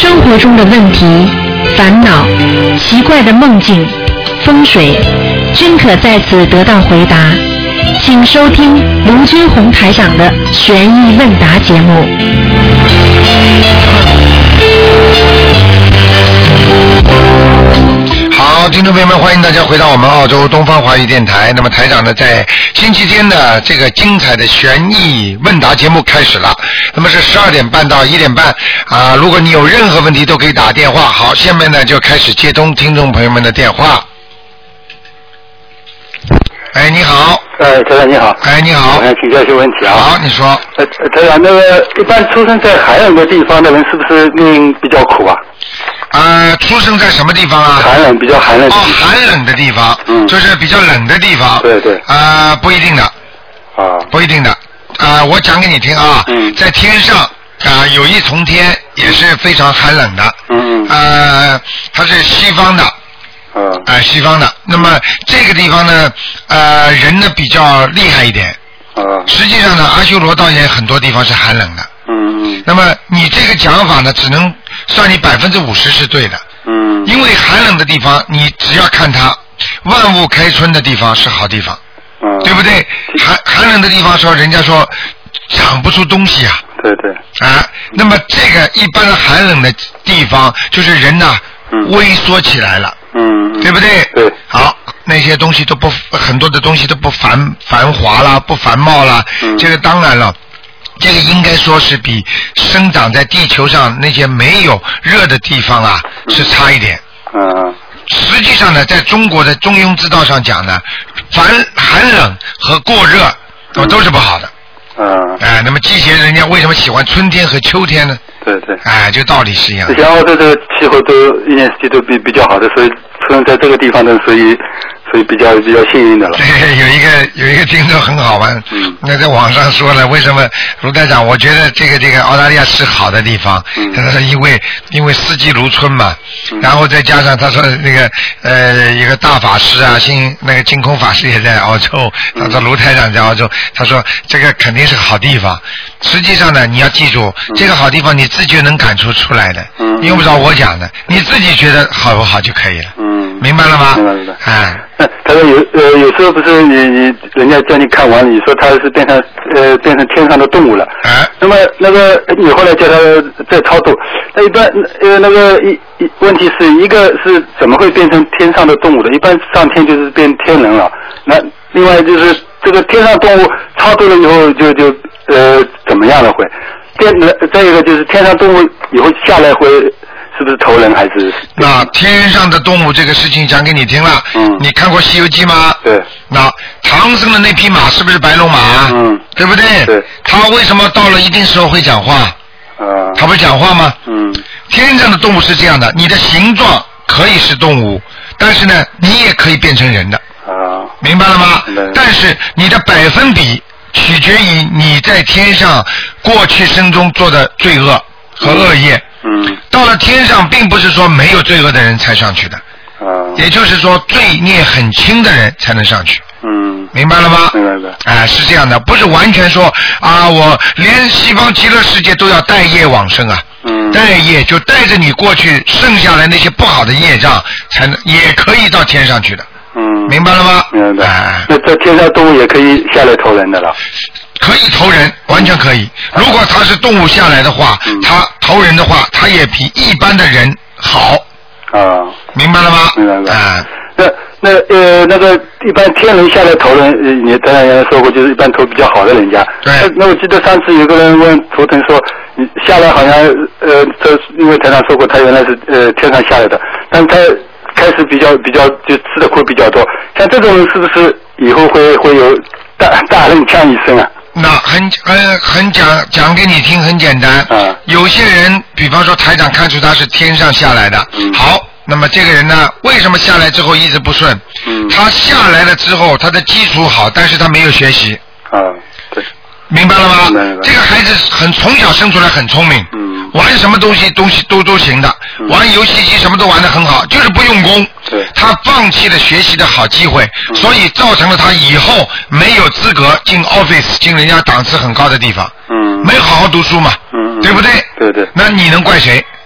生活中的问题、烦恼、奇怪的梦境、风水，均可在此得到回答。请收听卢军红台长的悬疑问答节目。 好，听众朋友们，欢迎大家回到我们澳洲东方华语电台。那么台长呢，在星期天的这个精彩的悬疑问答节目开始了。那么是12点半到1点半啊。如果你有任何问题，都可以打电话。好，下面呢就开始接通听众朋友们的电话。哎，你好。 台长你好。 哎，你好。 我想请教一些问题啊。 好，你说。 台长，那个一般出生在寒冷的地方的人，是不是命比较苦啊？ 出生在什么地方啊？ 寒冷，比较寒冷的地方。 寒冷的地方，就是比较冷的地方。 对对。 不一定的。不一定的。我讲给你听啊。在天上有一重天也是非常寒冷的。它是西方的。西方的。那么这个地方呢，人呢比较厉害一点。实际上呢，阿修罗道也很多地方是寒冷的。那么你这个讲法呢，只能算你50%是对的。因为寒冷的地方，你只要看它，万物开春的地方是好地方。对不对？寒冷的地方说，人家说长不出东西啊。 对对。 那么这个一般的寒冷的地方，就是人呐，萎缩起来了。对不对？ 对。 好，那些东西都不，很多的东西都不繁华啦，不繁茂啦。这个当然了，这个应该说是比生长在地球上那些没有热的地方啊是差一点。实际上呢，在中国的中庸之道上讲呢，寒冷和过热都是不好的。那么季节人家为什么喜欢春天和秋天呢？ 对对。 这个道理是一样的。 像澳洲这个气候都一年四季都比较好的，所以出生在这个地方的，所以比较幸运的了。 对，有一个听众很好玩，那在网上说了，为什么卢台长？我觉得这个澳大利亚是好的地方，他说因为四季如春嘛，然后再加上他说那个一个大法师啊，那个净空法师也在澳洲，他说卢台长在澳洲，他说这个肯定是好地方。实际上呢，你要记住，这个好地方你自己能感触出来的，用不着我讲的，你自己觉得好不好就可以了。明白了吗？ 明白。他说有时候不是你人家叫你看完了，你说他是变成天上的动物了。那么那个你后来叫他再超度，那一般那个问题是一个是怎么会变成天上的动物的？一般上天就是变天人了。那另外就是这个天上动物超度了以后就怎么样了会？再一个就是天上动物以后下来会。是不是投人还是？ 那天上的动物这个事情讲给你听了。你看过《西游记》吗？ 对。 那唐僧的那匹马是不是白龙马？对不对？ 对。 他为什么到了一定时候会讲话？他不是讲话吗？天上的动物是这样的，你的形状可以是动物，但是呢，你也可以变成人的。明白了吗？但是你的百分比取决于你在天上过去生中做的罪恶和恶业。到了天上并不是说没有罪恶的人才上去的。也就是说罪孽很轻的人才能上去。明白了吗？ 明白。 是这样的，不是完全说我连西方极乐世界都要带业往生啊。带业就带着你过去剩下来那些不好的业障，才能也可以到天上去的。明白了吗？ 明白。那在天上动物也可以下来投人的了。 可以投人，完全可以。如果他是动物下来的话，他投人的话，他也比一般的人好。明白了吗？ 明白。那个一般天人下来投人，你当然说过，就是一般投比较好的人家。 对。 那我记得上次有个人问图腾说，你下来好像这因为台上说过，他原来是天上下来的，但他开始比较就吃的苦比较多。像这种人是不是以后会有大人降一生啊？ 那很讲给你听，很简单。有些人，比方说台长看出他是天上下来的，好，那么这个人呢，为什么下来之后一直不顺？他下来了之后，他的基础好，但是他没有学习。 对。 明白了吗？这个孩子从小生出来很聪明，玩什么东西都行的，玩游戏机什么都玩得很好，就是不用功。他放弃了学习的好机会，所以造成了他以后没有资格进 office， 进人家档次很高的地方。没好好读书嘛，对不对？ 对。 那你能怪谁？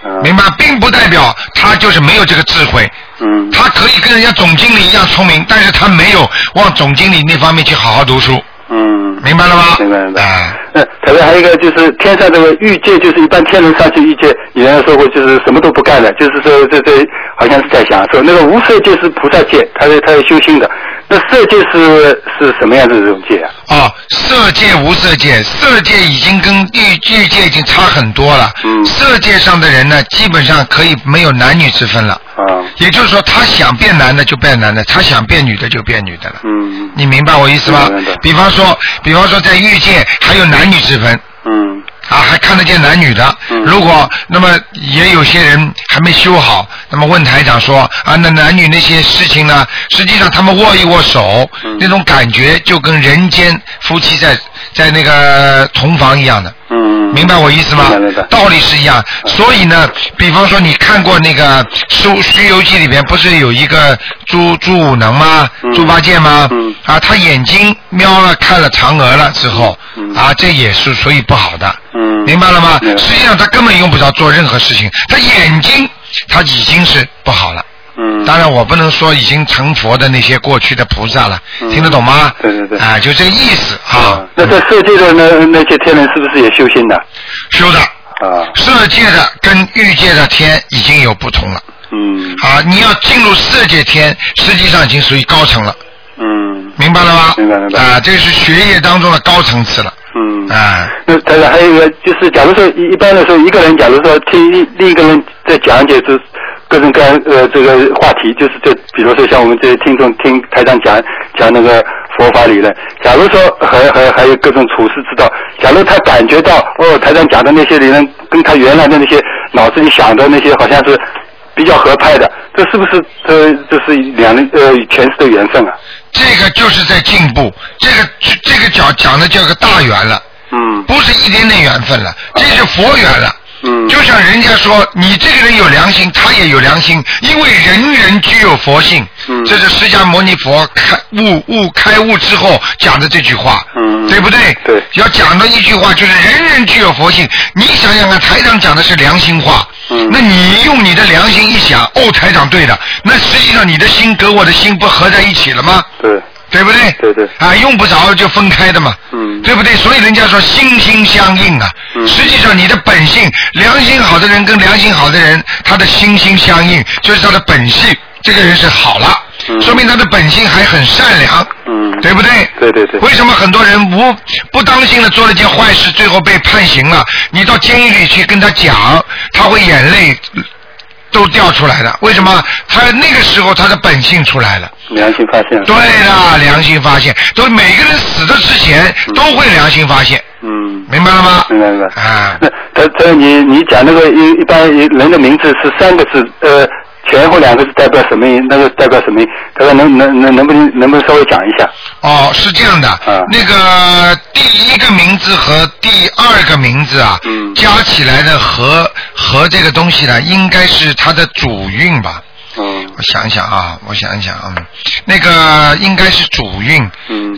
明白，并不代表他就是没有这个智慧。他可以跟人家总经理一样聪明，但是他没有往总经理那方面去好好读书。明白了吗？ 明白。台湾还有一个就是天上这个欲界，就是一般天人上去欲界，原来说过就是什么都不干的，就是说这好像是在享受。那个无色界是菩萨界，他是修心的。那色界是什么样的这种界啊？ 色界无色界，色界已经跟欲界已经差很多了。色界上的人呢，基本上可以没有男女之分了。也就是说，他想变男的就变男的，他想变女的就变女的了。你明白我意思吗？比方说在欲界还有男女之分。还看得见男女的。如果那么也有些人还没修好，那么问台长说那男女那些事情呢，实际上他们握一握手，那种感觉就跟人间夫妻在那个同房一样的。明白我意思吗？道理是一样。所以呢，比方说你看过那个西游记里边不是有一个朱武能吗？猪八戒吗？他眼睛瞄了看了嫦娥了之后这也是属于不好的。明白了吗？实际上他根本用不着做任何事情，他眼睛他已经是不好了。当然我不能说已经成佛的那些过去的菩萨了，听得懂吗？ 对。 就这个意思那在色界的那些天人是不是也修心的？ 修的。色界的跟欲界的天已经有不同了。你要进入色界天，实际上已经属于高层了。明白了吗？ 明白。 这是学业当中的高层次了。 那当然还有一个就是，假如说一般的时候，一个人假如说听另一个人在讲解各种各样这个话题，就是比如说像我们这些听众听台长讲那个佛法理论，假如说还有各种处事之道，假如他感觉到台长讲的那些理论跟他原来的那些脑子里想的那些好像是比较合拍的，这是不是这是两人前世的缘分啊？ 这个就是在进步，这个讲的叫个大缘了。不是一点点缘分了，这是佛缘了。就像人家说你这个人有良心，他也有良心，因为人人具有佛性。这是释迦牟尼佛开悟之后讲的这句话。对不对？ 对。 要讲的一句话就是人人具有佛性。你想想看，台长讲的是良心话。那你用你的良心一想，台长对的，那实际上你的心跟我的心不合在一起了吗？对不对？ 对。 用不着就分开的嘛。对不对？所以人家说心心相印啊。实际上你的本性，良心好的人跟良心好的人，他的心心相印，就是他的本性，这个人是好了，说明他的本性还很善良。对不对？ 对。 为什么很多人不当心的做了件坏事，最后被判刑了？你到监狱里去跟他讲，他会眼泪都掉出来的。为什么？他那个时候他的本性出来了， 良心发现。 对了，良心发现，都每个人死的之前都会良心发现。明白了吗？ 明白。那你讲那个一般人的名字是3个字，前后2个字代表什么？那个代表什么？大概能不能稍微讲一下？ 是这样的。那个第1个名字和第2个名字加起来的和这个东西呢，应该是它的主韵吧。我想想那个应该是主韵。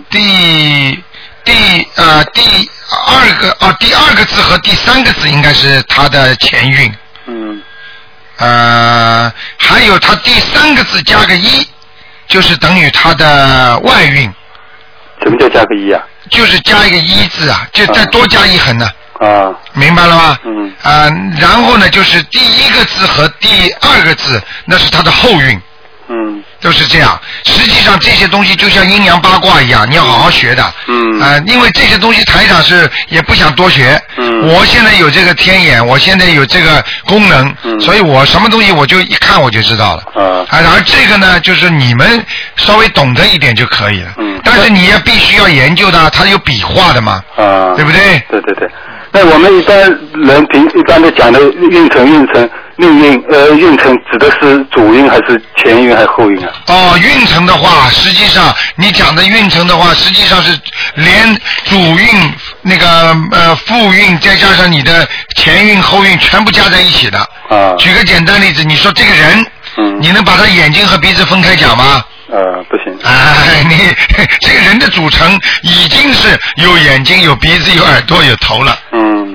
第2个字和第3个字应该是它的前韵。还有它第3个字加个1，就是等于它的外韵。 什么叫加个1啊？ 就是加一个1字就再多加1横呢。明白了吗？然后呢，就是第1个字和第2个字，那是它的后韵。都是这样。实际上这些东西就像阴阳八卦一样，你要好好学的。因为这些东西台长是也不想多学。我现在有这个天眼，我现在有这个功能，所以我什么东西我就一看我就知道了。而这个呢，就是你们稍微懂得一点就可以了。但是你也必须要研究的，它有笔画的嘛。对不对？ 对。那我们一般人一般的讲的运程命运，运程指的是主运还是前运还是后运啊？ 运程的话，实际上你讲的运程的话，实际上是连主运那个副运再加上你的前运后运全部加在一起的。举个简单例子，你说这个人，你能把他眼睛和鼻子分开讲吗？ 不行。 你这个人的组成已经是有眼睛、有鼻子、有耳朵、有头了。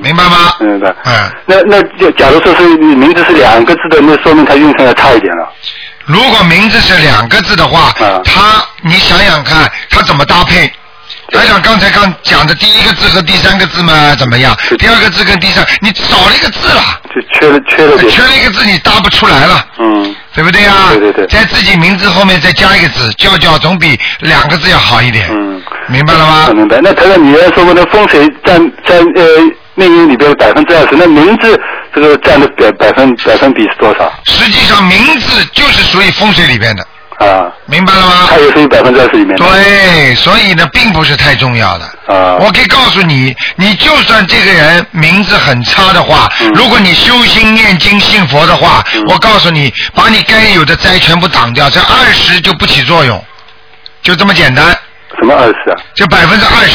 明白吗？ 明白。那假如说是名字是2个字的，那说明他运程要差一点了。 如果名字是2个字的话，你想想看，他怎么搭配？台长刚才讲的第1个字和第3个字嘛怎么样？第2个字跟第3，你少了一个字了， 就缺了一个字，你搭不出来了。对不对啊？ 对。 在自己名字后面再加一个字，叫总比2个字要好一点。明白了吗？ 明白。那台长，你要说过那风水占命运里边的20%，那名字这个占的百分比是多少？ 实际上名字就是属于风水里边的。明白了吗？ 它也属于20%里面的。 对，所以呢，并不是太重要的。我可以告诉你，你就算这个人名字很差的话，如果你修心念经信佛的话，我告诉你，把你该有的灾全部挡掉，这20就不起作用，就这么简单。 什么20啊？ 就20%。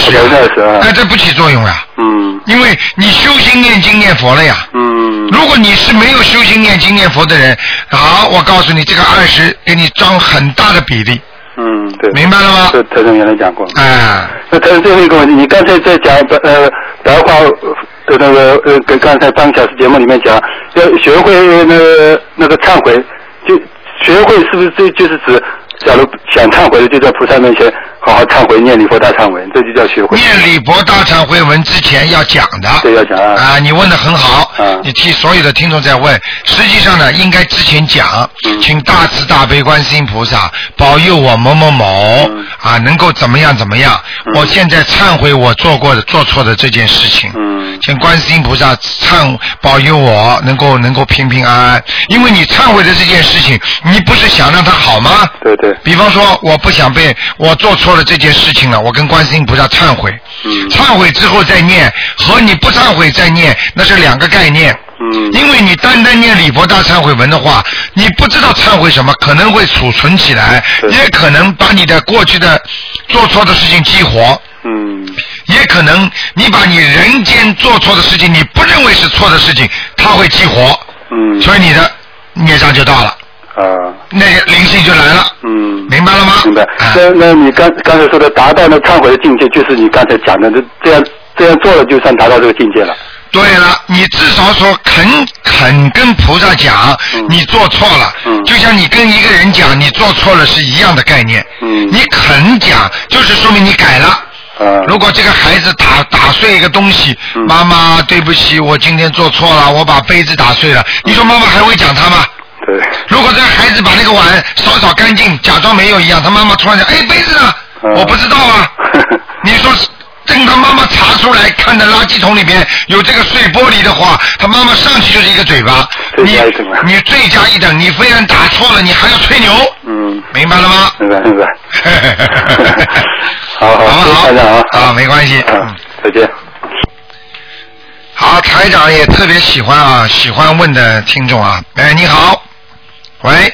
20%。 这不起作用呀。因为你修心念经念佛了呀。如果你是没有修心念经念佛的人，好，我告诉你，这个20给你占很大的比例。 对。 明白了吗？ 这台长原来讲过。 那台长最后一个问题，你刚才在讲白话的那个刚才半个小时节目里面讲，要学会那个忏悔，就学会是不是这就是指？假如想忏悔的，就在菩萨面前好好忏悔，念礼佛大忏悔，这就叫学会。 念礼佛大忏悔文之前要讲的。 对，要讲啊。 你问得很好。你替所有的听众在问，实际上呢，应该之前讲，请大慈大悲观世音菩萨保佑我某某某能够怎么样怎么样。我现在忏悔我做错的这件事情。请观世音菩萨保佑我能够平平安安。因为你忏悔的这件事情，你不是想让它好吗？ 对。 比方说，我不想我做错了这件事情了，我跟观世音菩萨忏悔。忏悔之后再念，和你不忏悔再念，那是2个概念。因为你单念礼佛大忏悔文的话，你不知道忏悔什么，可能会储存起来，也可能把你的过去的做错的事情激活。也可能你把你人间做错的事情，你不认为是错的事情，它会激活。所以你的孽障就到了。那灵性就来了。明白了吗？ 明白。那你刚才说的达到那忏悔的境界，就是你刚才讲的，这样做了，就算达到这个境界了。 对了，你至少说肯跟菩萨讲，你做错了，就像你跟一个人讲你做错了是一样的概念。你肯讲，就是说明你改了。如果这个孩子打碎一个东西，妈妈对不起，我今天做错了，我把杯子打碎了，你说妈妈还会讲他吗？ 对。 如果这个孩子把那个碗扫干净，假装没有一样，他妈妈突然讲，杯子呢？我不知道啊。你说等他妈妈查出来，看到垃圾桶里面有这个碎玻璃的话，他妈妈上去就是一个嘴巴。你罪加一等，你非然打错了，你还要吹牛。明白了吗？ 明白。好， 台长啊，没关系。 再见。 好，台长也特别喜欢问的听众啊。你好，喂，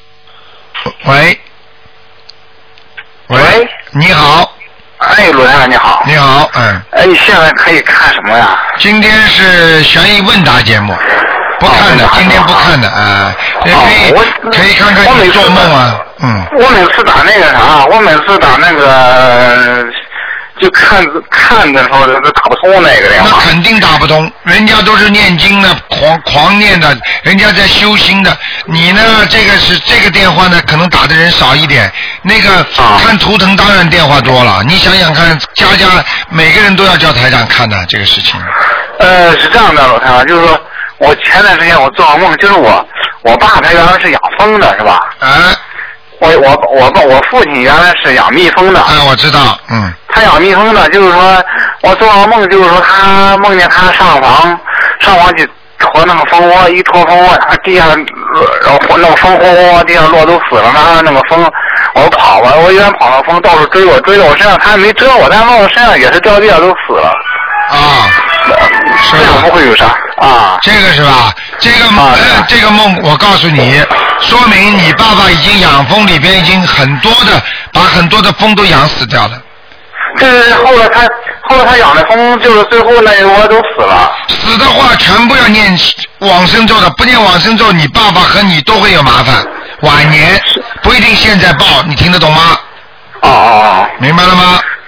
你好。 罗先生你好。 你好， 你现在可以看什么呀？ 今天是悬疑问答节目，不看的，今天不看的啊。可以看看你做梦啊。 我每次打那个就看的时候都打不通那个电话。 那肯定打不通，人家都是念经的，狂念的，人家在修心的。你呢，这个电话呢，可能打的人少一点。那个看图腾当然电话多了。你想想看，家每个人都要叫台长看的这个事情。 是这样的，老台长，就是说我前段时间我做噩梦，就是我爸他原来是养蜂的，是吧？我父亲原来是养蜜蜂的。 我知道， 他养蜜蜂的，就是说我做噩梦，就是说他梦见他上房去驮那个蜂窝，一驮蜂窝，地下那个蜂窝地下落都死了，然后那个蜂我跑吧，我一边跑，那蜂到处追我身上，他也没蛰我，但往我身上也是掉地下都死了。这个不会有啥啊？ 这个是吧？这个梦，我告诉你，说明你爸爸已经养蜂里边已经把很多的蜂都养死掉了。 后来他养的蜂，就是最后那一窝都死了。 死的话，全部要念往生咒的，不念往生咒，你爸爸和你都会有麻烦。晚年不一定现在报，你听得懂吗？ 明白了吗？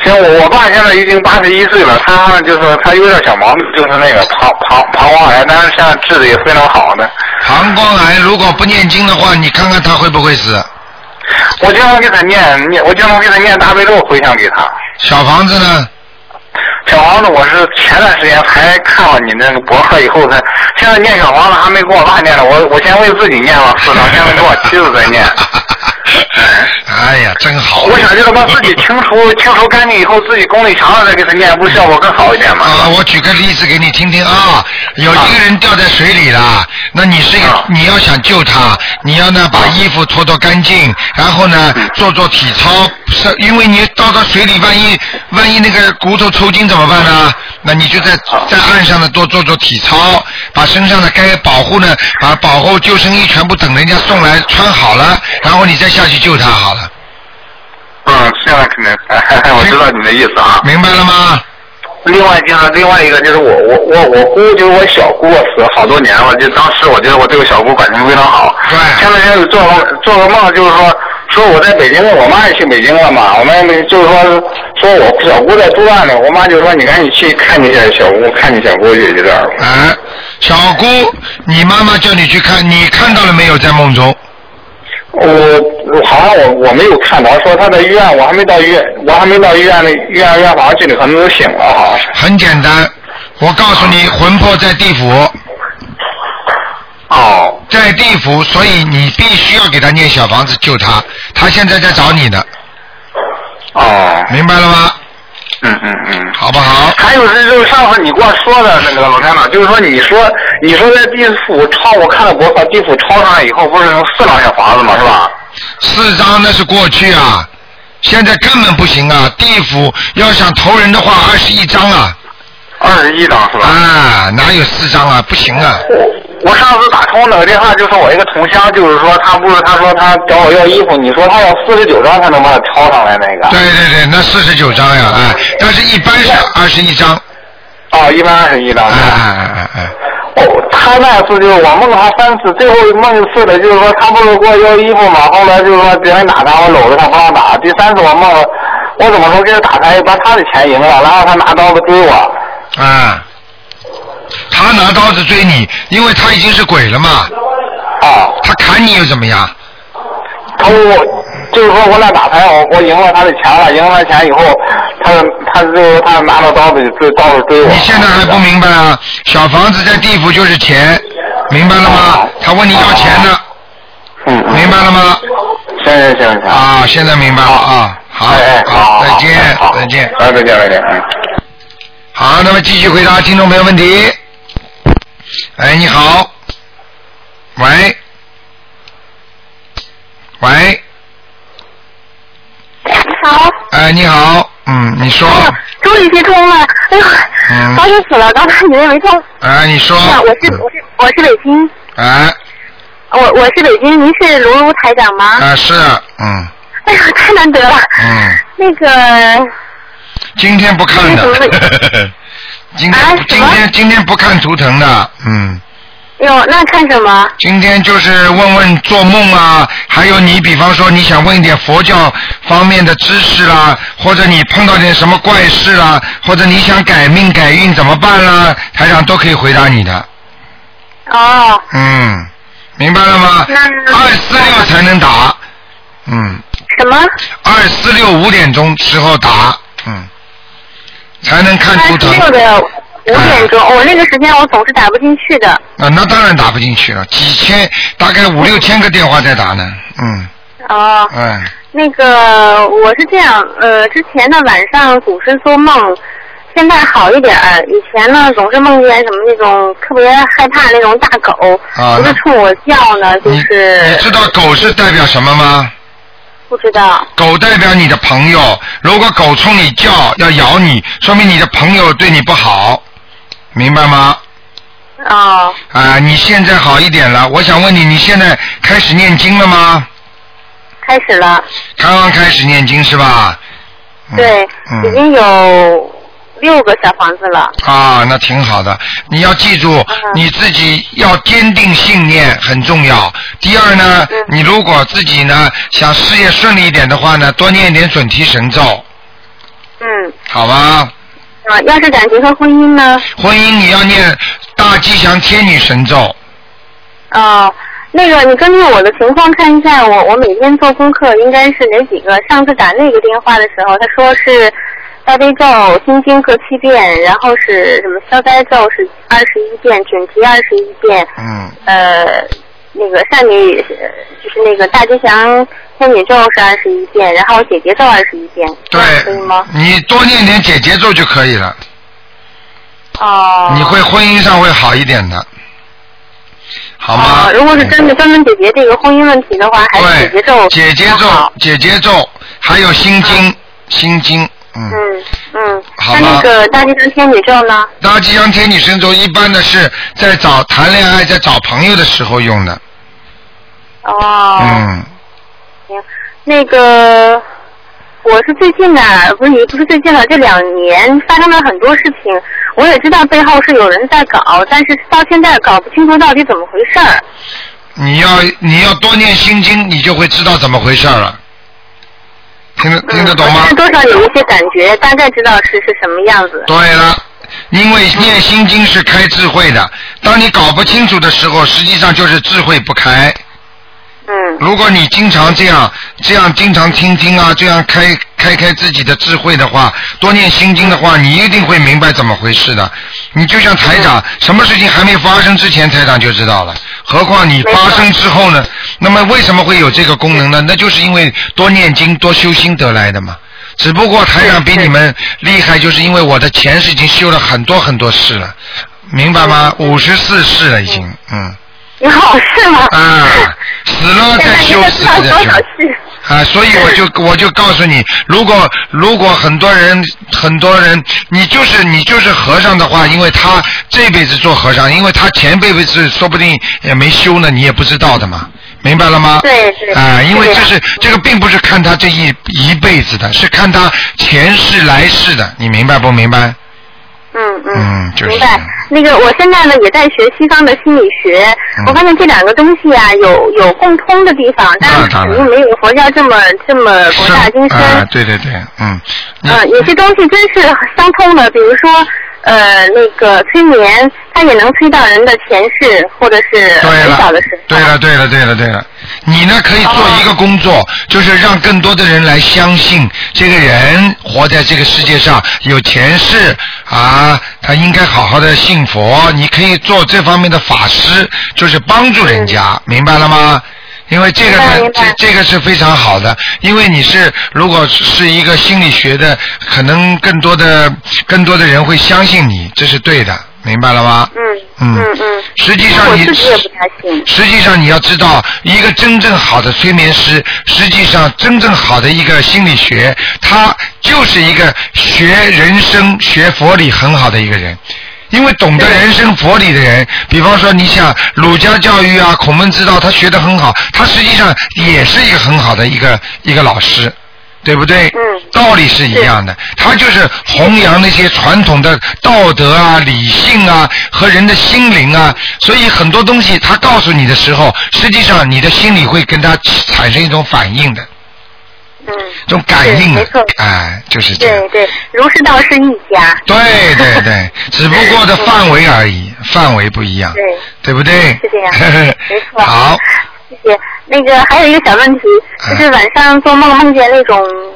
行，我爸现在已经81岁了，他就是他有点小毛病，就是那个膀胱癌，但是现在治的也非常好的。 膀胱癌如果不念经的话，你看看他会不会死？ 我经常给他念大悲咒回向给他。 小房子呢？ 小房子我是前段时间才看了你那个博客以后才，现在念小房子还没给我爸念呢，我先为自己念了4张，现在给我妻子在念。 哎呀，真好！ 我想就是把自己清除干净以后，自己功力强了再给他念，不是效果更好一点吗？ 我举个例子给你听听啊，有一个人掉在水里了，那你你要想救他，你要呢把衣服脱干净，然后呢做体操，因为你到水里，万一那个骨头抽筋怎么办呢？那你就在岸上呢多做体操，把身上的该保护呢，把保护救生衣全部等人家送来穿好了，然后你再下去救他好了。 现在肯定，我知道你的意思啊。 明白了吗？ 另外一个就是我姑，就是我小姑死好多年了，就当时我觉得我对我小姑感情非常好。 对。 前两天做个梦，就是说我在北京，我妈也去北京了嘛，我们就是说我小姑在住院呢，我妈就说你赶紧去看一下小姑，看你小姑去就这样。 小姑，你妈妈叫你去看，你看到了没有？在梦中？ 我好像我没有看到，说他在医院，我还没到医院那院房去呢，可能都醒了哈。 很简单，我告诉你，魂魄在地府。在地府，所以你必须要给他念小房子救他，他现在在找你呢。明白了吗？好不好？ 还有就是上次你跟我说的那个老台长，就是说你说在地府抄，我看了博客，地府抄上来以后不是用4张小房子嘛，是吧 ？4张那是过去啊，现在根本不行啊！地府要想投人的话，21张啊。 21张是吧？ 哪有4张啊？不行啊！ 我上次打通那个电话，就说我一个同乡，就是说他说他找我要衣服，你说他要49张才能把它抄上来那个。对， 那49张呀，但是一般是21张。 一般21张。他那次就是我梦了他3次，最后梦一次的就是说他不是给我要衣服嘛，后来就是说别人打他，我搂着他不让打。第3次我梦了，我怎么说给他打他，把他的钱赢了，然后他拿刀子追我。 他拿刀子追你，因为他已经是鬼了嘛。他砍你又怎么样？ 就是说我俩打牌，我赢了他的钱了，赢了他钱以后，他拿着刀子追我。 你现在还不明白啊？小房子在地府就是钱，明白了吗？他问你要钱呢。明白了吗？ 行。 现在明白了啊。好，再见。 再见。 好，那么继续回答听众朋友问题。你好。喂。 你好。 你好。你说。 终于接通了，哎呦，高兴死了，刚才以为没通。 你说。 我是北京。我是北京，您是卢台长吗？ 是。 哎呀，太难得了。那个。 今天不看的。今天不看图腾的。 那看什么？ 今天就是问问做梦啊，还有你比方说你想问一点佛教方面的知识啦，或者你碰到点什么怪事啦，或者你想改命改运怎么办啦，台长都可以回答你的。明白了吗？246才能打。 什么 ？246 5点钟时候打。才能看图腾。 246的5点钟，我那个时间我总是打不进去的。 那当然打不进去了，大概5、6千个电话在打呢。 那个我是这样，之前的晚上总是做梦，现在好一点。以前呢总是梦见什么那种特别害怕那种大狗，不是冲我叫呢，就是。 你知道狗是代表什么吗？ 不知道。 狗代表你的朋友，如果狗冲你叫要咬你，说明你的朋友对你不好，明白吗？你现在好一点了，我想问你，你现在开始念经了吗？ 开始了。 刚刚开始念经是吧？ 对，已经有6个小房子了。 那挺好的。你要记住，你自己要坚定信念很重要。第二呢，你如果自己呢想事业顺利一点的话呢，多念一点准提神咒。 好吧。 要是感情和婚姻呢？ 婚姻你要念大吉祥天女神咒。 那个你根据我的情况看一下，我每天做功课应该是哪几个？上次打那个电话的时候，他说是大悲咒、心经各7遍，然后是什么消灾咒是21遍，准提21遍。那个善女就是那个大吉祥天女咒是21遍，然后解结咒21遍。 对， 可以吗？ 你多念点解结咒就可以了。你会婚姻上会好一点的。好吗？ 如果是专门解决这个婚姻问题的话，还是解结咒，还有心经，好吗？ 那个大吉祥天女咒呢？ 大吉祥天女神咒一般的是在谈恋爱、在找朋友的时候用的。 行，那个。我是最近的，不是最近的，这2年发生了很多事情，我也知道背后是有人在搞，但是到现在搞不清楚到底怎么回事儿。 你要多念心经，你就会知道怎么回事了。听得懂吗？ 多少有一些感觉，大概知道是什么样子。 对了，因为念心经是开智慧的，当你搞不清楚的时候，实际上就是智慧不开。如果你经常这样经常听经啊，这样开自己的智慧的话，多念心经的话，你一定会明白怎么回事的。你就像台长，什么事情还没发生之前，台长就知道了，何况你发生之后呢？那么为什么会有这个功能呢？那就是因为多念经多修心得来的嘛。只不过台长比你们厉害，就是因为我的前世已经修了很多很多世了，明白吗？54世了已经， 是吗？ 死了再修，死了再修。所以我就告诉你，如果很多人，你就是和尚的话，因为他这辈子做和尚，因为他前辈子说不定也没修呢，你也不知道的嘛，明白了吗？ 对。 因为这个并不是看他这一辈子的，是看他前世来世的，你明白不明白？就是明白。那个我现在呢也在学西方的心理学，我发现这2个东西啊有共通的地方，但是肯定没有佛教这么博大精深。 对。 有些东西真是相通的，比如说那个催眠，它也能催到人的前世或者是很小的时候。 对了。你呢可以做一个工作，就是让更多的人来相信这个人活在这个世界上有前世他应该好好的信佛。你可以做这方面的法师，就是帮助人家，明白了吗？因为这个呢，这个是非常好的，因为你如果是一个心理学的，可能更多的人会相信你，这是对的，明白了吗？实际上你要知道，一个真正好的催眠师，实际上真正好的一个心理学，他就是一个学人生、学佛理很好的一个人。因为懂得人生佛理的人，比方说你想儒家教育啊，孔门之道他学得很好，他实际上也是一个很好的一个老师，对不对？道理是一样的，他就是弘扬那些传统的道德啊、理性啊和人的心灵啊，所以很多东西他告诉你的时候，实际上你的心里会跟他产生一种反应的。这种感应的，就是这样。 对，儒释道是一家。 对，只不过的范围而已，范围不一样，对不对？ 是这样，没错。 好， 谢谢。那个还有一个小问题，就是晚上做梦见那种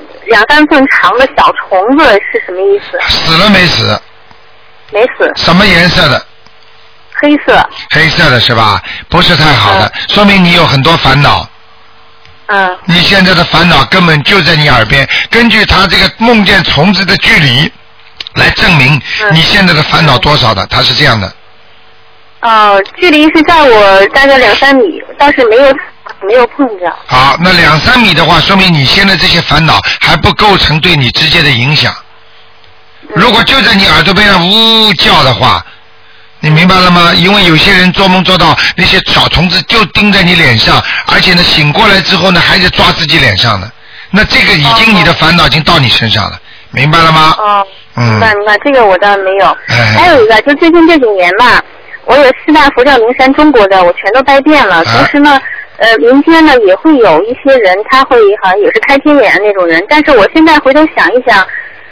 2-3寸长的小虫子是什么意思？ 死了没死？ 没死。 什么颜色的？ 黑色。 黑色的是吧？不是太好的，说明你有很多烦恼。你现在的烦恼根本就在你耳边，根据他这个梦见虫子的距离来证明你现在的烦恼多少的，他是这样的。 距离是在我大概2-3米，倒是没有碰着。 好，那2-3米的话，说明你现在这些烦恼还不构成对你直接的影响。如果就在你耳朵边上呜叫的话，你明白了吗？因为有些人做梦做到那些小虫子就盯在你脸上，而且呢醒过来之后呢还是抓自己脸上的，那这个已经你的烦恼已经到你身上了，明白了吗？ 明白，这个我倒没有。还有一个，就最近这几年吧，我有4大佛教名山中国的我全都拜遍了，同时呢民间呢也会有一些人他会好像也是开天眼那种人，但是我现在回头想一想，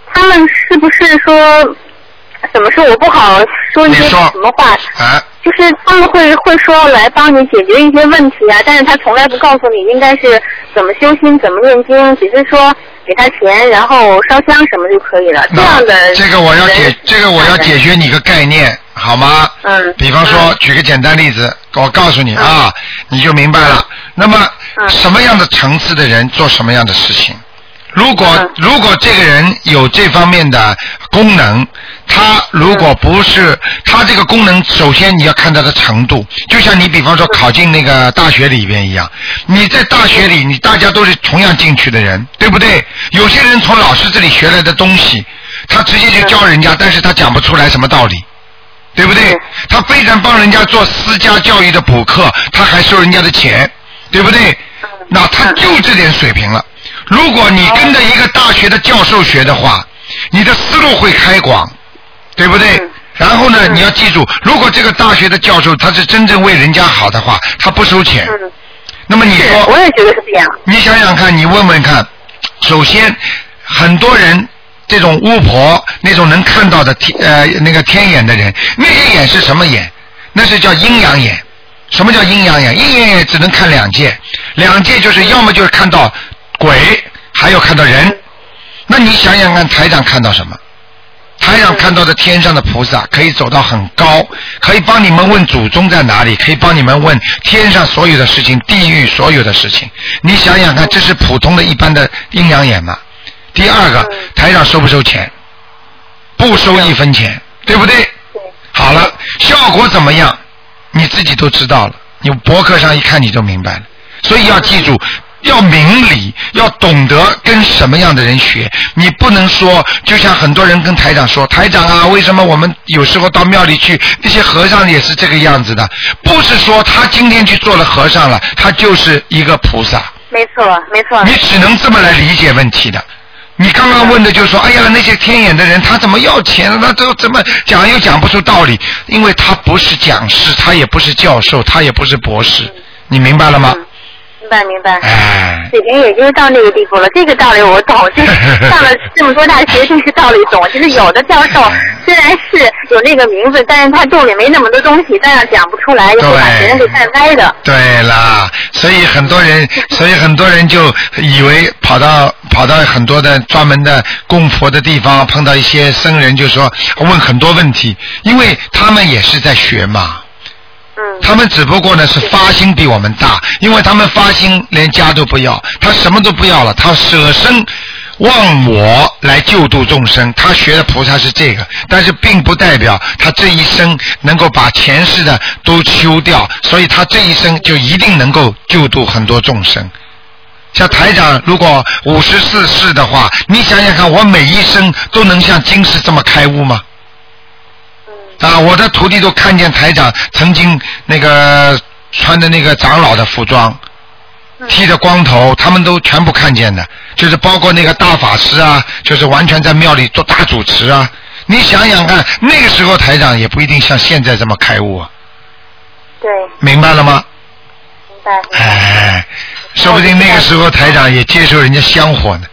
他们是不是说怎么说？我不好说一些什么话。就是他们会说来帮你解决一些问题啊，但是他从来不告诉你应该是怎么修心、怎么念经，只是说给他钱，然后烧香什么就可以了。这样的这个我要解决你一个概念，好吗？比方说，举个简单例子，我告诉你啊，你就明白了。那么什么样的层次的人做什么样的事情？如果这个人有这方面的功能，他如果不是他这个功能，首先你要看他的程度，就像你比方说考进那个大学里边一样，你在大学里你大家都是同样进去的人，对不对？有些人从老师这里学来的东西，他直接就教人家，但是他讲不出来什么道理，对不对？他非常帮人家做私家教育的补课，他还收人家的钱，对不对？那他就这点水平了。如果你跟着一个大学的教授学的话，你的思路会开广，对不对？然后呢，你要记住，如果这个大学的教授他是真正为人家好的话，他不收钱。那么你说， 我也觉得是这样。 你想想看，你问问看，首先很多人这种巫婆那种能看到的那个天眼的人，那些眼是什么眼？那是叫阴阳眼。什么叫阴阳眼？阴阳眼只能看两界，两界就是要么就是看到鬼，还有看到人。那你想想看，台长看到什么？台长看到的天上的菩萨可以走到很高，可以帮你们问祖宗在哪里，可以帮你们问天上所有的事情，地狱所有的事情。你想想看，这是普通的一般的阴阳眼吗？第二个，台长收不收钱？不收1分钱，对不对？好了，效果怎么样？你自己都知道了，你博客上一看你就明白了。所以要记住，要明理，要懂得跟什么样的人学。你不能说，就像很多人跟台长说，台长啊，为什么我们有时候到庙里去，那些和尚也是这个样子的？不是说他今天去做了和尚了，他就是一个菩萨。 没错，没错。 你只能这么来理解问题的。你刚刚问的就是说，哎呀，那些天眼的人他怎么要钱？他都怎么讲又讲不出道理，因为他不是讲师，他也不是教授，他也不是博士，你明白了吗？ 明白。水平也就是到那个地步了，这个道理我懂，就是上了这么多大学，这个道理懂。就是有的教授虽然是有那个名字，但是他肚里没那么多东西，但是讲不出来，就会把别人给带歪的。 对啦，所以很多人就以为跑到很多的专门的供佛的地方，碰到一些僧人，就说问很多问题，因为他们也是在学嘛。他们只不过呢是发心比我们大，因为他们发心连家都不要，他什么都不要了，他舍身忘我来救度众生。他学的菩萨是这个，但是并不代表他这一生能够把前世的都修掉，所以他这一生就一定能够救度很多众生。像台长如果54世的话，你想想看，我每一生都能像今世这么开悟吗？我的徒弟都看见台长曾经那个穿的那个长老的服装，剃着光头，他们都全部看见的，就是包括那个大法师啊，就是完全在庙里做大主持啊。你想想看，那个时候台长也不一定像现在这么开悟啊。 对。明白了吗？ 明白。 说不定那个时候台长也接受人家香火呢。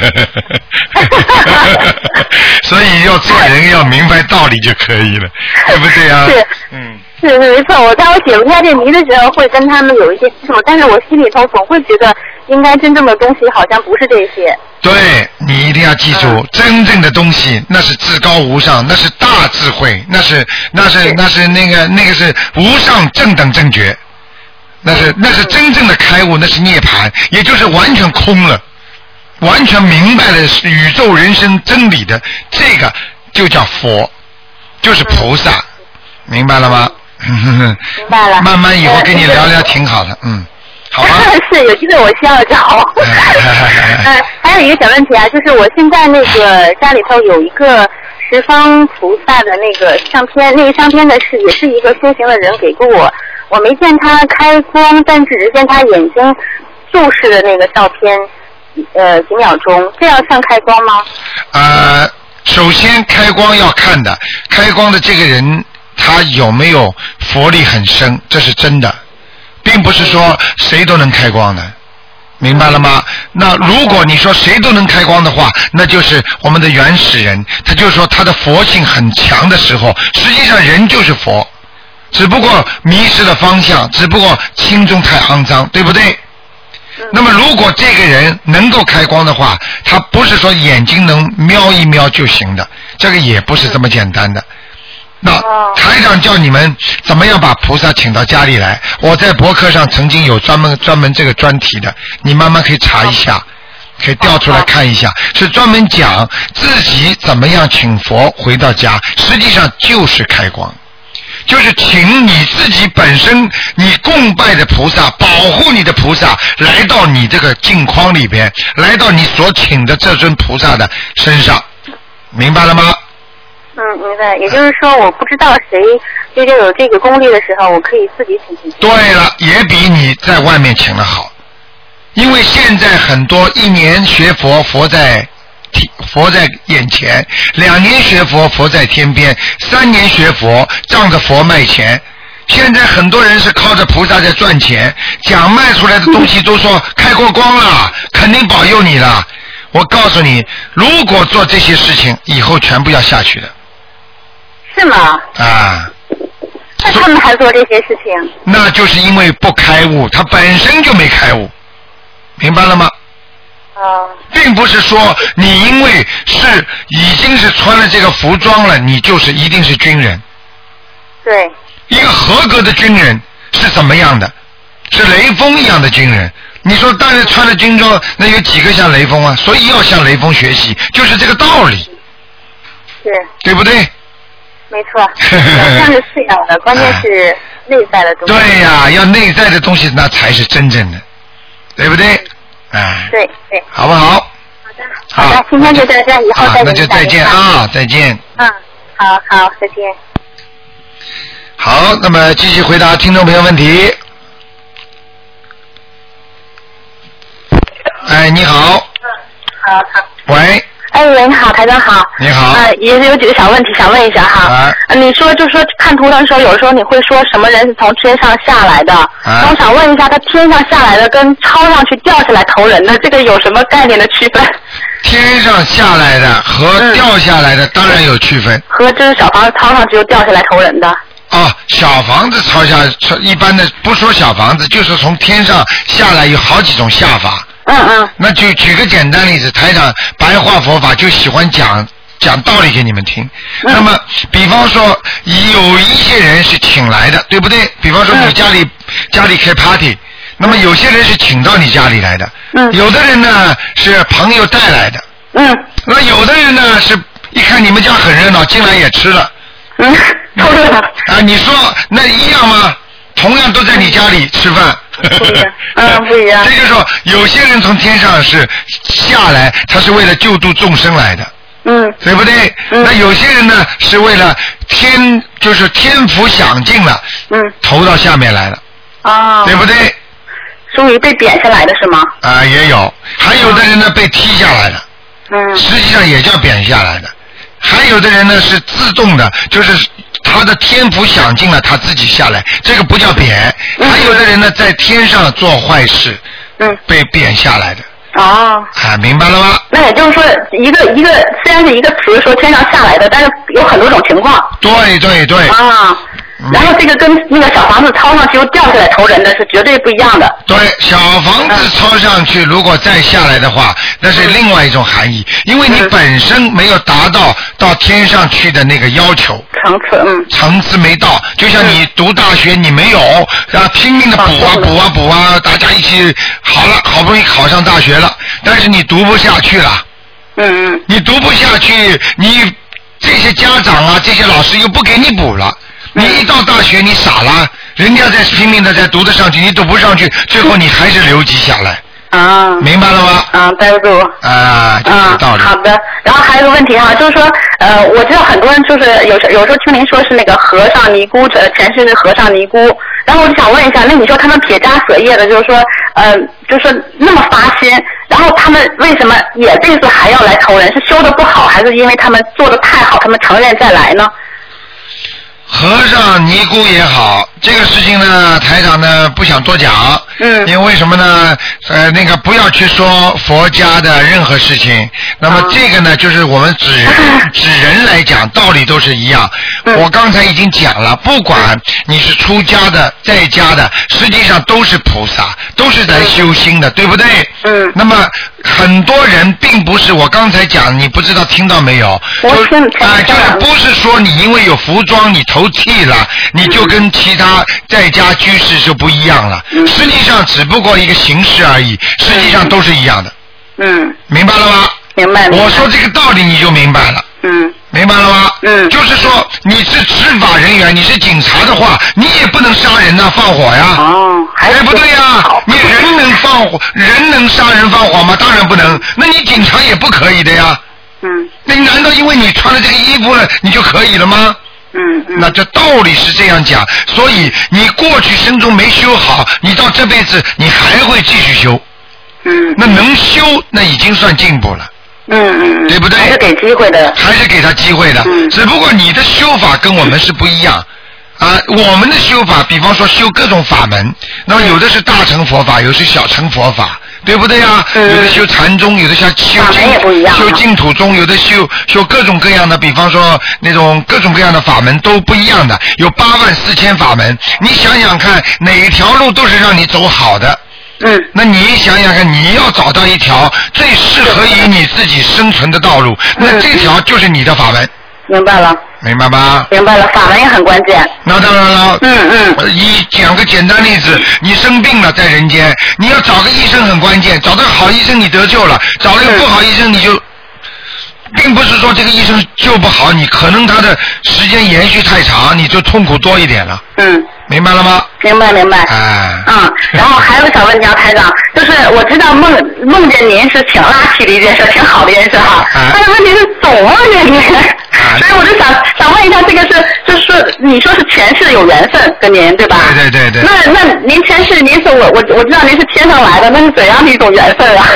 所以要做人要明白道理就可以了，对不对啊？ 是没错。我在我解不开这谜的时候，会跟他们有一些接触，但是我心里头总会觉得，应该真正的东西好像不是这些。 对，你一定要记住，真正的东西那是至高无上，那是大智慧，那是那个是无上正等正觉，那是真正的开悟，那是涅槃，也就是完全空了。完全明白了宇宙人生真理的，这个就叫佛，就是菩萨，明白了吗？ 明白了。 慢慢以后跟你聊聊挺好的，好吧。 是，有机会我需要找。还有一个小问题啊，就是我现在那个家里头有一个十方菩萨的那个相片，那个相片呢也是一个修行的人给过我，我没见他开光，但只见他眼睛注视的那个照片。几秒钟，这样算开光吗？ 首先开光要看的，开光的这个人他有没有佛力很深，这是真的，并不是说谁都能开光的， 明白了吗？那如果你说谁都能开光的话，那就是我们的原始人，他就说他的佛性很强的时候，实际上人就是佛，只不过迷失了方向，只不过心中太肮脏，对不对？那么如果这个人能够开光的话，他不是说眼睛能瞄一瞄就行的，这个也不是这么简单的。那台长叫你们怎么样把菩萨请到家里来，我在博客上曾经有专门这个专题的，你慢慢可以查一下，可以调出来看一下，是专门讲自己怎么样请佛回到家，实际上就是开光，就是请你自己本身你供拜的菩萨，保护你的菩萨来到你这个镜框里边，来到你所请的这尊菩萨的身上，明白了吗？ 明白。也就是说，我不知道谁就有这个功力的时候，我可以自己请。 对了，也比你在外面请的好，因为现在很多1年学佛，佛在眼前，2年学佛，佛在天边，3年学佛，仗着佛卖钱。现在很多人是靠着菩萨在赚钱，讲卖出来的东西都说开过光了，肯定保佑你了。我告诉你，如果做这些事情，以后全部要下去的。 是吗？ 啊。 那他们还做这些事情？ 那就是因为不开悟，他本身就没开悟，明白了吗？并不是说你因为已经是穿了这个服装了，你就是一定是军人。 对。 一个合格的军人是怎么样的？是雷锋一样的军人。你说但是穿了军装，那有几个像雷锋啊？所以要向雷锋学习，就是这个道理。 是。 对不对？ 没错。表象是要的，关键是内在的东西。 对呀，要内在的东西，那才是真正的，对不对？ 对。 好不好？ 好的，今天就到这，以后再见。 那就再见啊，再见。 好，再见。 好，那么继续回答听众朋友问题。你好。 好。 喂。 喂，你好，台长好。 你好。 也有几个小问题想问一下哈。你说就说看图腾的时候，有时候你会说什么人是从天上下来的？我想问一下，他天上下来的跟抄上去掉下来投人的，这个有什么概念的区分？ 天上下来的和掉下来的当然有区分。 和这是小房子抄上去又掉下来投人的。 小房子抄下一般的不说小房子，就是从天上下来有好几种下法。那就举个简单例子，台长白话佛法就喜欢讲道理给你们听。那么比方说有一些人是请来的，对不对？比方说你家里开 party， 那么有些人是请到你家里来的，有的人呢是朋友带来的，那有的人呢是一看你们家很热闹，进来也吃了，你说那一样吗？同样都在你家里吃饭。 不一样。 这就是说，有些人从天上是下来，他是为了救度众生来的，对不对？那有些人呢是为了就是天福享尽了，投到下面来了，对不对？ 属于被贬下来的是吗？ 也有，还有的人呢被踢下来的，实际上也叫贬下来的。还有的人呢是自动的，就是他的天福享尽了，他自己下来，这个不叫贬。还有的人呢在天上做坏事，被贬下来的。明白了吗？ 那也就是说，一个虽然是一个词说天上下来的，但是有很多种情况。 对。 然后这个跟那个小房子抄上去又掉下来投人的是绝对不一样的。 对，小房子抄上去如果再下来的话，那是另外一种含义，因为你本身没有达到天上去的那个要求层次没到，就像你读大学你没有，拼命的补啊，大家一起好不容易考上大学了，但是你读不下去了，你读不下去，你这些家长啊这些老师又不给你补了，你一到大学你傻了，人家在拼命的在读得上去，你读不上去，最后你还是留级下来。明白了吗？ 待不住。 就是道理。 好的。然后还有个问题哈，就是说，我知道很多人就是有时候听您说是那个和尚尼姑，前世是和尚尼姑，然后我就想问一下，那你说他们撇家舍业的，就是说，就是那么发心，然后他们为什么也这次还要来投人？是修的不好，还是因为他们做的太好，他们承认再来呢？ 和尚尼姑也好，这个事情呢，台长呢不想多讲。因为为什么呢？那个不要去说佛家的任何事情。那么这个呢，就是我们指人来讲，道理都是一样。我刚才已经讲了，不管你是出家的、在家的，实际上都是菩萨，都是在修心的，对不对？那么很多人并不是我刚才讲，你不知道听到没有？就是不是说你因为有服装你头剃了，你就跟其他在家居士就不一样了。实际上只不过一个形式而已，实际上都是一样的。明白了吗？ 明白。 我说这个道理你就明白了。明白了吗？就是说你是执法人员，你是警察的话，你也不能杀人呐、放火呀。对不对呀？你人能放火，人能杀人放火吗？当然不能。那你警察也不可以的呀。那难道因为你穿了这个衣服了，你就可以了吗？那这道理是这样讲，所以你过去生中没修好，你到这辈子你还会继续修。那能修，那已经算进步了。对不对？ 还是给机会的。 还是给他机会的。只不过你的修法跟我们是不一样。我们的修法，比方说修各种法门，那么有的是大乘佛法，有的是小乘佛法，对不对呀？有的修禅宗，有的修净土宗，有的修各种各样的，比方说那种各种各样的法门都不一样的，有84000法门。你想想看，哪一条路都是让你走好的。那你想想看，你要找到一条最适合于你自己生存的道路，那这条就是你的法门。 明白了。 明白吧？ 明白了，法门也很关键。 那当然了。讲个简单例子，你生病了在人间，你要找个医生很关键，找到好医生你得救了，找了个不好医生你就，并不是说这个医生救不好你，可能他的时间延续太长，你就痛苦多一点了。明白了吗？ 明白。然后还有个小问题啊，台长，就是我知道梦见您是挺拉气的一件事，挺好的一件事哈。但是问题是总梦见您，所以我就想问一下，这个就是你说是前世有缘分跟您对吧？ 对。 那您前世您是我知道您是天上来的，那是怎样的一种缘分啊？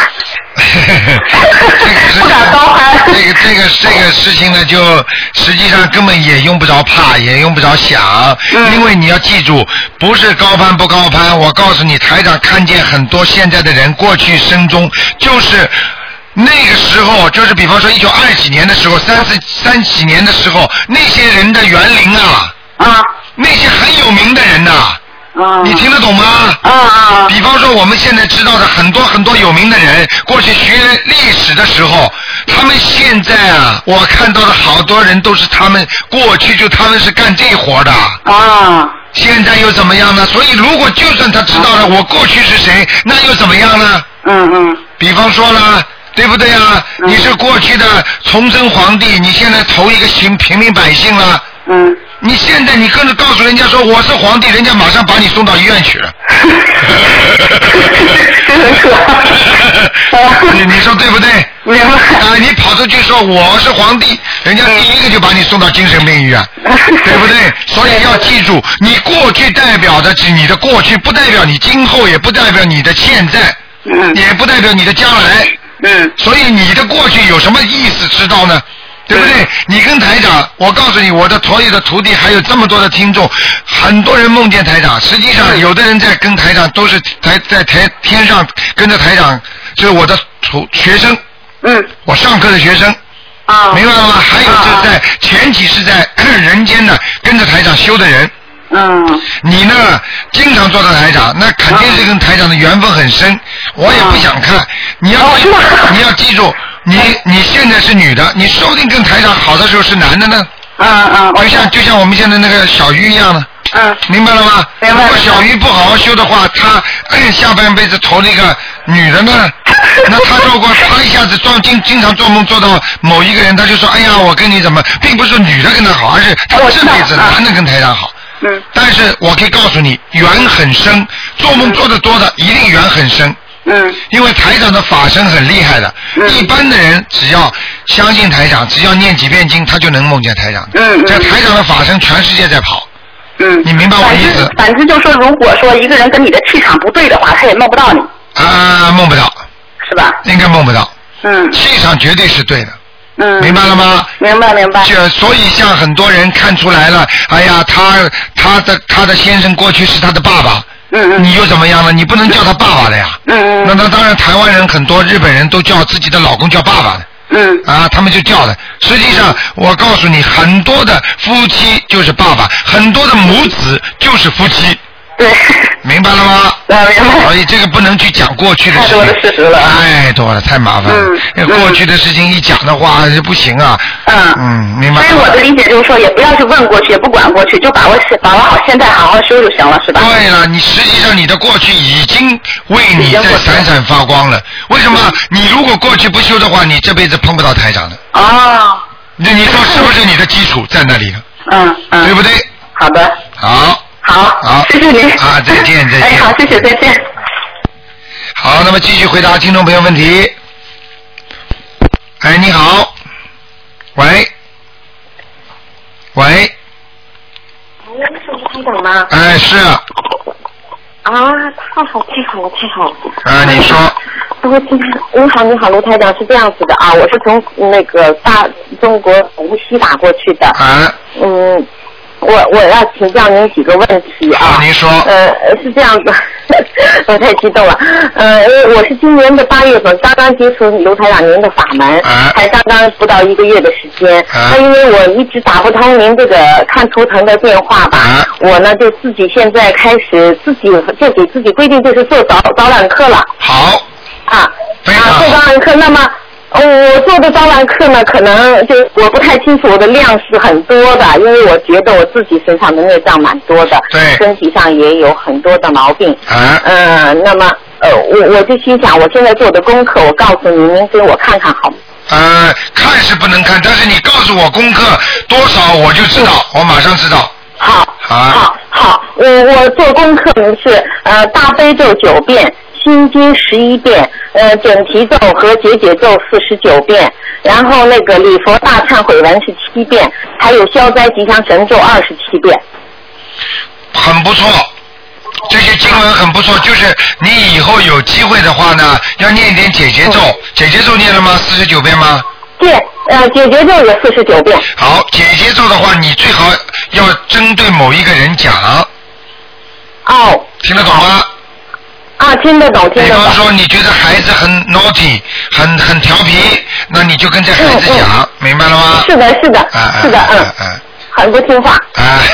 不敢高攀。 这个事情呢，就实际上根本也用不着怕，也用不着想，因为你要记住，不是高攀不高攀。我告诉你，台长看见很多现在的人过去生中就是那个时候，就是比方说1920几年的时候，30几年的时候，那些人的园林那些很有名的人你听得懂吗？比方说我们现在知道的很多很多有名的人，过去学历史的时候，他们现在我看到的好多人都是他们过去他们是干这活的。现在又怎么样呢？所以如果就算他知道了我过去是谁，那又怎么样呢？比方说了，对不对啊？你是过去的崇祯皇帝，你现在投一个平民百姓了。你现在你跟着告诉人家说我是皇帝，人家马上把你送到医院去了。你说对不对？你跑出去说我是皇帝，人家第一个就把你送到精神病医院，对不对？所以要记住，你过去代表的是你的过去，不代表你今后，也不代表你的现在，也不代表你的将来。所以你的过去有什么意思知道呢？对不对？你跟台长，我告诉你，我的所有的徒弟还有这么多的听众，很多人梦见台长，实际上有的人在跟台长都是在天上跟着台长，就是我的学生，我上课的学生，明白了吗？还有就是在前期是在人间的跟着台长修的人。你呢经常做到台长，那肯定是跟台长的缘分很深。我也不想看，你要记住，你现在是女的，你说不定跟台长好的时候是男的呢。就像我们现在那个小鱼一样的。明白了吗？如果小鱼不好好修的话，他下半辈子投那个女的呢，那他如果他一下子经常做梦做到某一个人，他就说哎呀我跟你怎么，并不是说女的跟他好，而是他这辈子男的跟台长好。但是我可以告诉你，缘很深，做梦做得多的一定缘很深。因为台长的法身很厉害的，一般的人只要相信台长，只要念几遍经，他就能梦见台长。这台长的法身全世界在跑。你明白我意思？ 反正就说，如果说一个人跟你的气场不对的话，他也梦不到你。 梦不到。 是吧？ 应该梦不到。气场绝对是对的。 明白了吗？ 明白。 所以像很多人看出来了，哎呀，他的先生过去是他的爸爸。你又怎么样了？你不能叫他爸爸的呀。那当然，台湾人很多，日本人都叫自己的老公叫爸爸的。他们就叫的。实际上，我告诉你，很多的夫妻就是爸爸，很多的母子就是夫妻。 对， 明白了吗？ 明白。 所以这个不能去讲过去的事情， 太多的事实了， 太多了，太麻烦了。过去的事情一讲的话就不行啊。明白。 所以我的理解就是说，也不要去问过去，也不管过去，就把握好现在，好好修就行了，是吧？ 对了，你实际上你的过去已经为你在闪闪发光了。为什么？你如果过去不修的话，你这辈子碰不到台长的。那你说是不是你的基础在那里了？对不对？ 好的。好，谢谢您。 再见。 好，谢谢，再见。 好，那么继续回答听众朋友问题。你好，喂， 是台长吗？ 是。 太好。 你说。 你好，卢台长，是这样子的啊，我是从那个大中国无锡打过去的。我要请教您几个问题啊。 您说。 是这样子，我太激动了。因为我是今年的8月份刚刚接触卢台长您的法门，才刚刚不到1个月的时间。那因为我一直打不通您这个看图腾的电话吧，我呢就自己现在开始就给自己规定就是做早晚课了。 好。 做早晚课，那么。我做的早晚课呢，可能就我不太清楚，我的量是很多的，因为我觉得我自己身上的孽障蛮多的，身体上也有很多的毛病。那么我就心想，我现在做的功课，我告诉您给我看看好吗？ 看是不能看，但是你告诉我功课多少，我就知道，我马上知道。 好，我做功课是大悲咒9遍。心经11遍，准提咒和解结咒49遍，然后那个礼佛大忏悔文是7遍，还有消灾吉祥神咒27遍。 很不错，这些经文很不错，就是你以后有机会的话呢，要念一点解结咒。解结咒念了吗？49遍吗？ 解结咒也49遍。 好，解结咒的话，你最好要针对某一个人讲。听得懂吗？ 听得懂。 比方说，你觉得孩子很 naughty， 很调皮，那你就跟这孩子讲，明白了吗？ 是的，很不听话。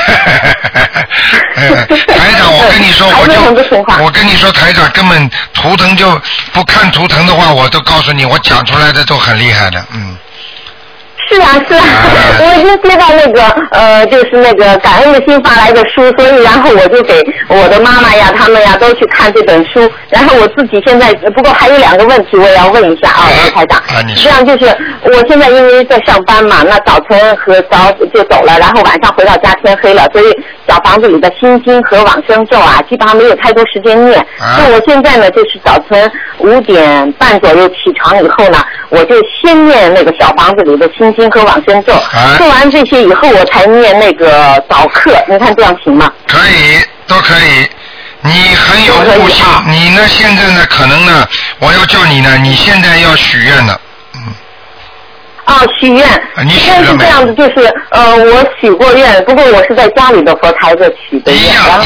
台长，我跟你说，台长根本图腾就不看图腾的话，我都告诉你，我讲出来的都很厉害的， 是啊，我已经接到那个就是那个感恩的心发来的书，所以然后我就给我的妈妈呀、他们呀都去看这本书，然后我自己现在不过还有2个问题我也要问一下台长。这样就是我现在因为在上班嘛，那早晨和早就走了，然后晚上回到家天黑了，所以小房子里的心经和往生咒基本上没有太多时间念。那我现在呢就是早晨5点半左右起床以后呢，我就先念那个小房子里的心经和往生咒，做完这些以后我才念那个早课，你看这样行吗？ 可以，都可以。你很有悟性，你呢现在呢可能呢，我要叫你呢，你现在要许愿了。 许愿。 你许了没？ 是这样子，就是我许过愿，不过我是在家里的佛台子许的愿。 一样。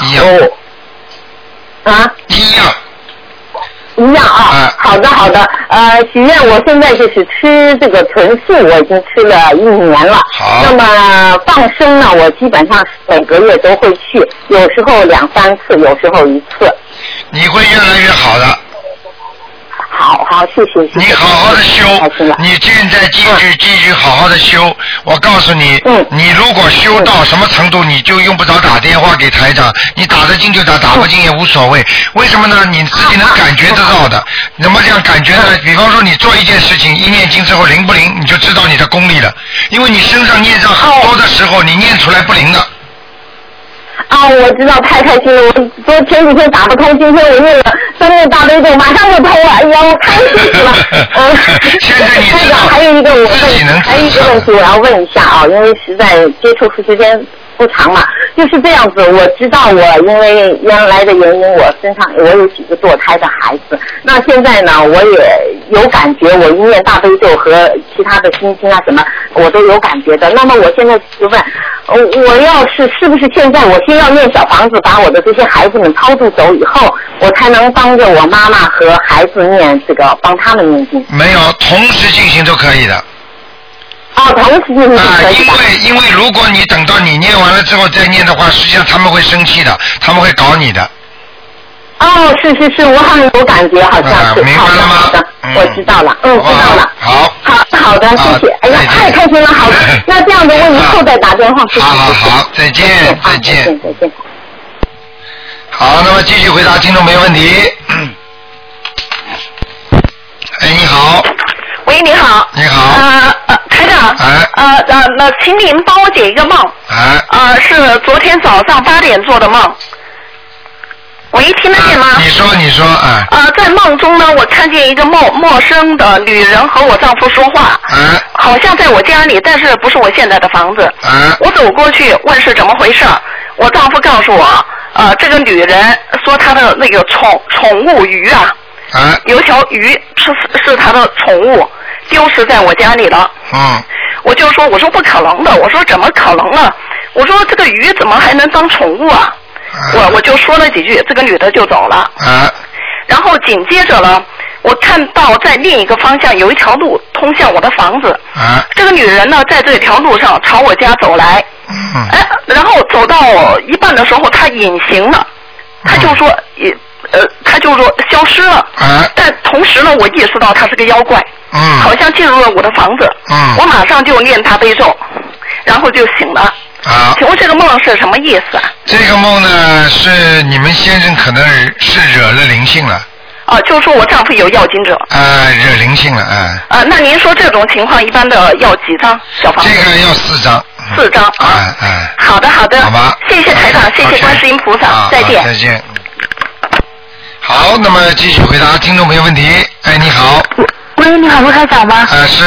一样好的，许愿我现在就是吃这个纯素，我已经吃了1年了。 好。 那么放生呢，我基本上每个月都会去，有时候2、3次，有时候1次。 你会越来越好的。 好，谢谢。 你好好的修，你现在继续好好的修。我告诉你，你如果修到什么程度，你就用不着打电话给台长，你打得进就打，打不进也无所谓。为什么呢？你自己能感觉得到的。怎么这样感觉呢？比方说你做一件事情，一念经之后灵不灵，你就知道你的功力了。因为你身上孽障很多的时候，你念出来不灵的。 我知道，太开心了！我前几天打不通，今天我念了3遍大悲咒，马上就通了。哎呀，我开心死了！ 现在你知道还有一个问题我要问一下因为实在接触时间不长嘛，就是这样子。我知道我因为原来的原因，我身上我有几个堕胎的孩子。那现在呢，我也有感觉，我一念大悲咒和其他的心经啊什么，我都有感觉的。那么我现在就问，我要是不是现在我先要念小房子，把我的这些孩子们超度走以后，我才能帮着我妈妈和孩子念这个，帮他们念经？没有， 同时进行都可以的。 同时进行可以的。 因为如果你等到你念完了之后再念的话，实际上他们会生气的，他们会搞你的。 是，我好像有感觉，好像是。 明白了吗？ 好的，我知道了，知道了。好的，谢谢。哎呀，太开心了，好的。那这样的我以后再打电话。 好，再见。再见。好，那么继续回答听众没问题。哎，你好。 喂，你好。 你好。 台长。那请您帮我解一个梦。是昨天早上8点做的梦。喂，听得见吗？ 你说。 在梦中呢，我看见一个陌生的女人和我丈夫说话。好像在我家里，但是不是我现在的房子。我走过去问是怎么回事，我丈夫告诉我，这个女人说她的那个宠物鱼啊，有一条鱼是她的宠物，丢失在我家里了。我就说，我说不可能的，我说怎么可能呢？我说这个鱼怎么还能当宠物啊？我就说了几句，这个女的就走了。然后紧接着呢，我看到在另一个方向有一条路通向我的房子。这个女人呢，在这条路上朝我家走来。然后走到一半的时候，她隐形了，她就说消失了。但同时呢，我意识到她是个妖怪。好像进入了我的房子。我马上就念大悲咒，然后就醒了。请问这个梦是什么意思啊？ 这个梦呢，是你们先生可能是惹了灵性了。 就是说我丈夫有要经者。 惹灵性了。 那您说这种情况一般的要几张小房子？ 这个要4张。 4张啊。好的。好吧。 谢谢台长，谢谢观世音菩萨，再见。 再见。好，那么继续回答听众朋友问题。哎，你好。 喂，你好，卢台长吗？ 是。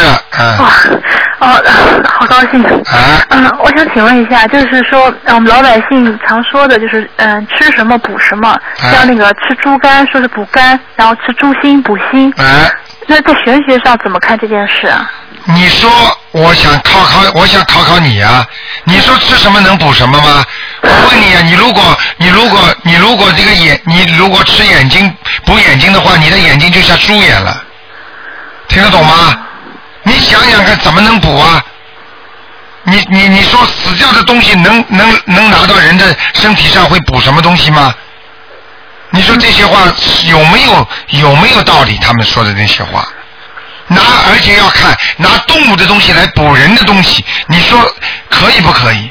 好高兴。我想请问一下，就是说，我们老百姓常说的就是，吃什么补什么，像那个吃猪肝说是补肝，然后吃猪心补心。那在玄学上怎么看这件事啊？ 你说，我想考考你啊！你说吃什么能补什么吗？我问你啊，你如果这个你如果吃眼睛补眼睛的话，你的眼睛就像猪眼了。听得懂吗？你想想看，怎么能补啊？你说死掉的东西能拿到人的身体上会补什么东西吗？你说这些话有没有道理？他们说的那些话，而且要看拿动物的东西来补人的东西，你说可以不可以？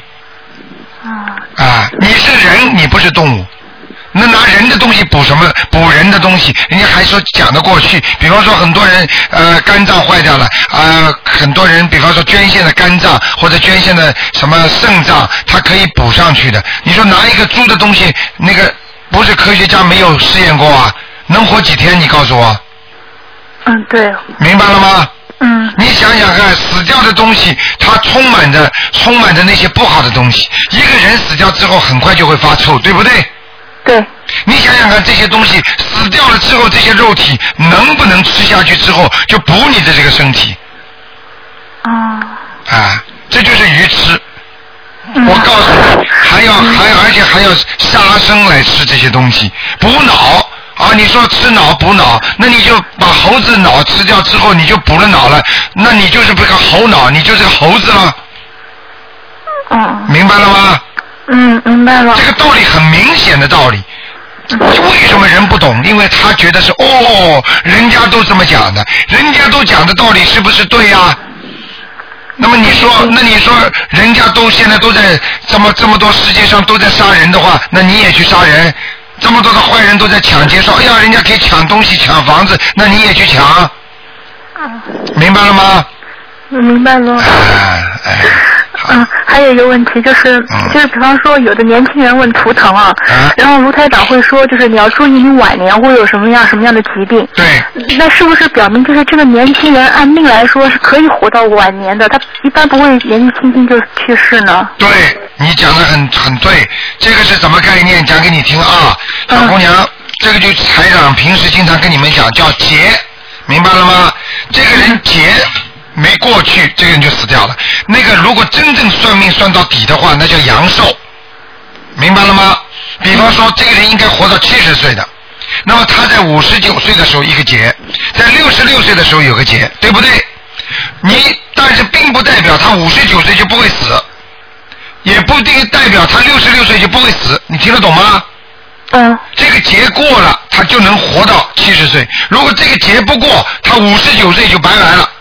你是人，你不是动物。那拿人的东西补什么？补人的东西，人家还说讲得过去。比方说很多人肝脏坏掉了很多人比方说捐献的肝脏或者捐献的什么肾脏，它可以补上去的。你说拿一个猪的东西，那个不是科学家没有试验过啊？能活几天？你告诉我。 对。 明白了吗？你想想看，死掉的东西它充满着那些不好的东西。一个人死掉之后很快就会发臭，对不对？ 对。 你想想看，这些东西死掉了之后，这些肉体能不能吃下去之后就补你的这个身体？这就是鱼吃。我告诉你，而且还要杀生来吃这些东西，补脑你说吃脑补脑，那你就把猴子脑吃掉之后，你就补了脑了，那你就是这个猴脑，你就是个猴子了。明白了吗？ 明白了。 这个道理很明显的道理。为什么人不懂？因为他觉得是人家都这么讲的，人家都讲的道理是不是对呀？那么你说人家现在都在这么多世界上都在杀人的话，那你也去杀人？这么多的坏人都在抢劫，说人家可以抢东西抢房子，那你也去抢？明白了吗？ 明白了。 还有一个问题就是，就是比方说有的年轻人问图腾啊，然后卢台长会说，就是你要注意你晚年会有什么样的疾病。 对。 那是不是表明就是这个年轻人按命来说是可以活到晚年的？他一般不会年纪轻轻就去世呢？ 对，你讲的很对，这个是什么概念？讲给你听啊，小姑娘，这个就台长平时经常跟你们讲，叫劫，明白了吗？这个人劫没过去，这个人就死掉了。那个如果真正算命算到底的话，那叫阳寿，明白了吗？比方说这个人应该活到70岁的，那么他在59岁的时候一个劫，在66岁的时候有个劫，对不对？但是并不代表他59岁就不会死，也不一定代表他66岁就不会死，你听得懂吗？这个劫过了，他就能活到70岁。如果这个劫不过，他59岁就拜拜了。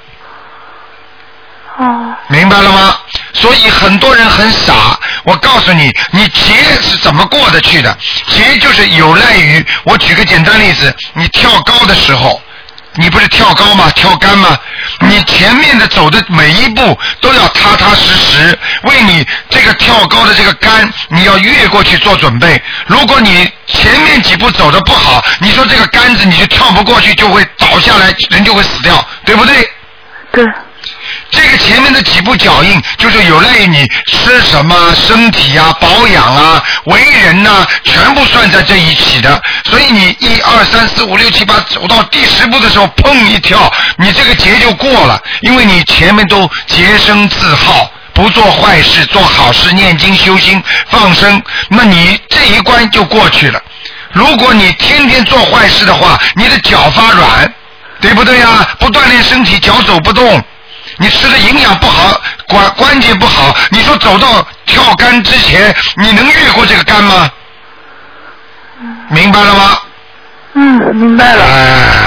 明白了吗？所以很多人很傻。我告诉你，你劫是怎么过得去的？劫就是有赖于，我举个简单例子，你跳高的时候，你不是跳高吗？跳杆吗？你前面的走的每一步都要踏踏实实，为你这个跳高的这个杆，你要越过去做准备。如果你前面几步走的不好，你说这个杆子你就跳不过去，就会倒下来，人就会死掉，对不对？ 对。 这个前面的几步脚印，就是有赖于你吃什么、身体啊、保养啊、为人呐、全部算在这一起的。所以你1、2、3、4、5、6、7、8走到第10步的时候，砰一跳，你这个劫就过了，因为你前面都洁身自好，不做坏事，做好事，念经修心放生，那你这一关就过去了。如果你天天做坏事的话，你的脚发软，对不对呀？不锻炼身体，脚走不动。你吃的营养不好，关节不好，你说走到跳杆之前，你能越过这个杆吗？明白了吗？ 明白了。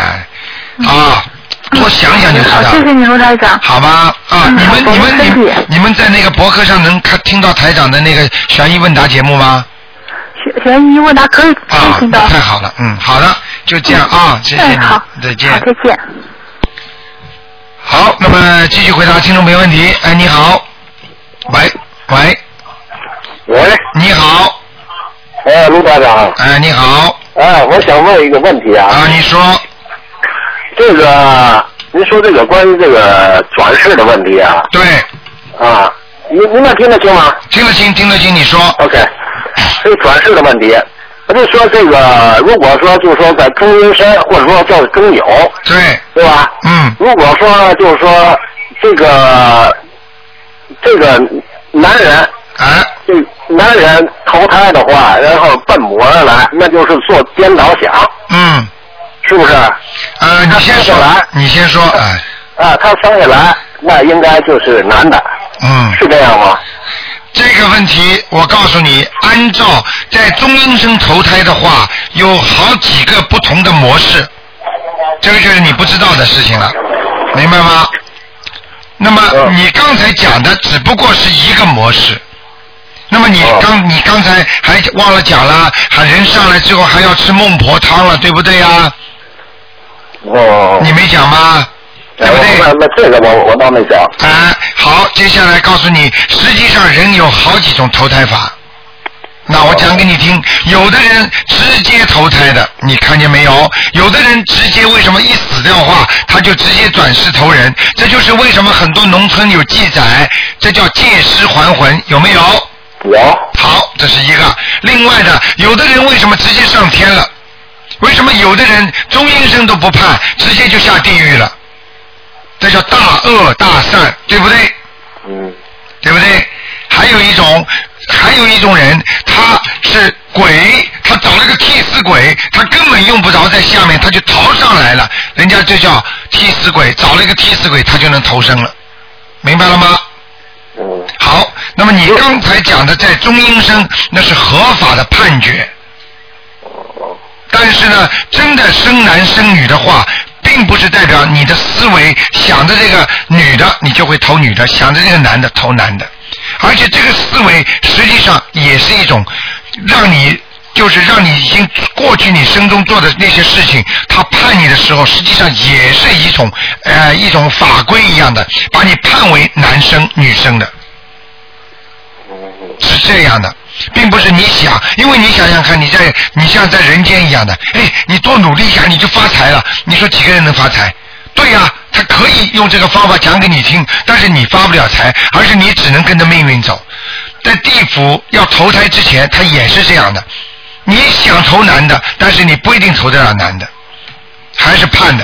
多想想就知道。 谢谢你，卢台长。 好吧，你们在那个博客上能听到台长的那个悬疑问答节目吗？ 悬疑问答可以听到。 太好了，好的，就这样啊，谢谢你， 好， 再见。 好，再见。 好，那么继续回答听众没问题。哎，你好，喂，你好， 卢台长。 哎，你好。 我想问一个问题啊。 你说。 这个，您说这个关于这个转世的问题啊。 对。 您能听得清吗？ 听得清，你说。 OK， 这个转世的问题。我就说这个，如果说就是说在中阴身，或者说叫中有，对吧？如果说就是说这个男人，这男人投胎的话，然后奔母而来，那就是做颠倒想，是不是？ 你先说， 他生下来那应该就是男的，是这样吗？ 这个问题我告诉你，按照在中阴身投胎的话，有好几个不同的模式，这个就是你不知道的事情了，明白吗？那么你刚才讲的只不过是一个模式，那么你刚才还忘了讲了，人上来之后还要吃孟婆汤了，对不对呀？你没讲吗？对不对？ 那这个我倒没讲。 好，接下来告诉你，实际上人有好几种投胎法。那我讲给你听，有的人直接投胎的，你看见没有？有的人直接为什么一死掉的话，他就直接转世投人？这就是为什么很多农村有记载，这叫借尸还魂，有没有？ 有。 好，这是一个。另外的，有的人为什么直接上天了？为什么有的人中阴身都不判，直接就下地狱了？这叫大恶大善，对不对？对不对？还有一种人，他是鬼，他找了个替死鬼，他根本用不着在下面，他就逃上来了，人家就叫替死鬼，找了一个替死鬼，他就能投生了，明白了吗？好，那么你刚才讲的在中阴身，那是合法的判决，但是呢，真的生男生女的话，并不是代表你的思维想着这个女的，你就会投女的；想着这个男的，投男的。而且这个思维实际上也是一种让你已经过去你生中做的那些事情，他判你的时候，实际上也是一种法规一样的，把你判为男生女生的。 这样的，并不是你想，因为你想想看，你像在人间一样的，哎，你多努力一下你就发财了，你说几个人能发财？对呀，他可以用这个方法讲给你听，但是你发不了财，而是你只能跟着命运走。在地府要投胎之前，他也是这样的，你想投男的，但是你不一定投得了男的，还是判的。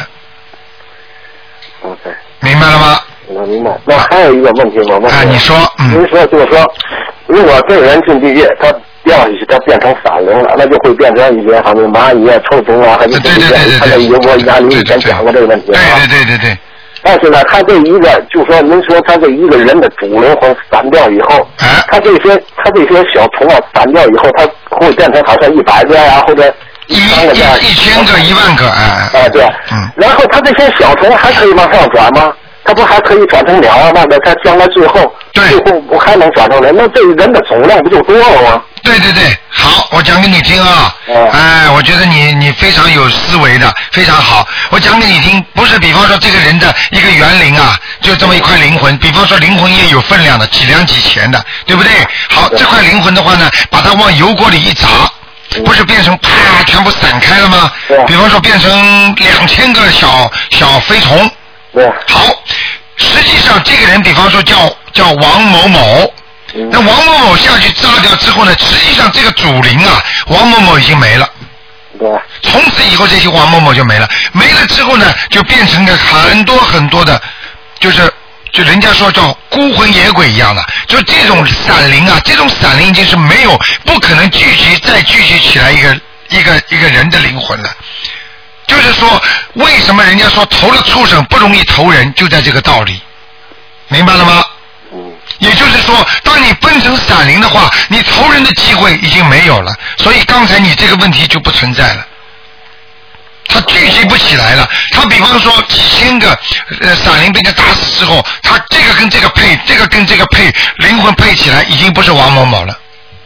OK， 明白了吗？ 我明白。那还有一个问题我问。 你说。 您说就是说，如果这个人进地狱，他掉下去，他变成散灵了，那就会变成一些好像蚂蚁啊、臭虫啊，还是对。他在油锅压力以前讲过这个问题。 对。 但是呢，他这一个，就说您说他这一个人的主灵魂散掉以后，他这些小虫啊散掉以后，他会变成好像100个呀，或者1000个、 1000个、10000个， 对。然后他这些小虫还可以往上转吗？他不还可以转成鸟啊？那他将来最后不还能转成人？那这个人的总量不就多了吗？ 对，好，我讲给你听啊。我觉得你非常有思维的，非常好。我讲给你听，不是比方说这个人的一个园林啊，就这么一块灵魂，比方说灵魂也有分量的，几两几钱的，对不对？好，这块灵魂的话呢，把它往油锅里一炸，不是变成啪全部散开了吗？比方说变成2000个小飞虫。好，实际上这个人比方说叫王某某，那王某某下去炸掉之后呢，实际上这个主灵啊，王某某已经没了。从此以后这些王某某就没了，没了之后呢，就变成了很多的，就人家说叫孤魂野鬼一样的，就这种散灵啊，这种散灵已经是不可能再聚集起来一个人的灵魂了。就是说，为什么人家说投了畜生不容易投人，就在这个道理，明白了吗？也就是说，当你分成散灵的话，你投人的机会已经没有了，所以刚才你这个问题就不存在了，他聚集不起来了。他比方说几千个散灵被人打死之后，他这个跟这个配，这个跟这个配，灵魂配起来已经不是王某某了。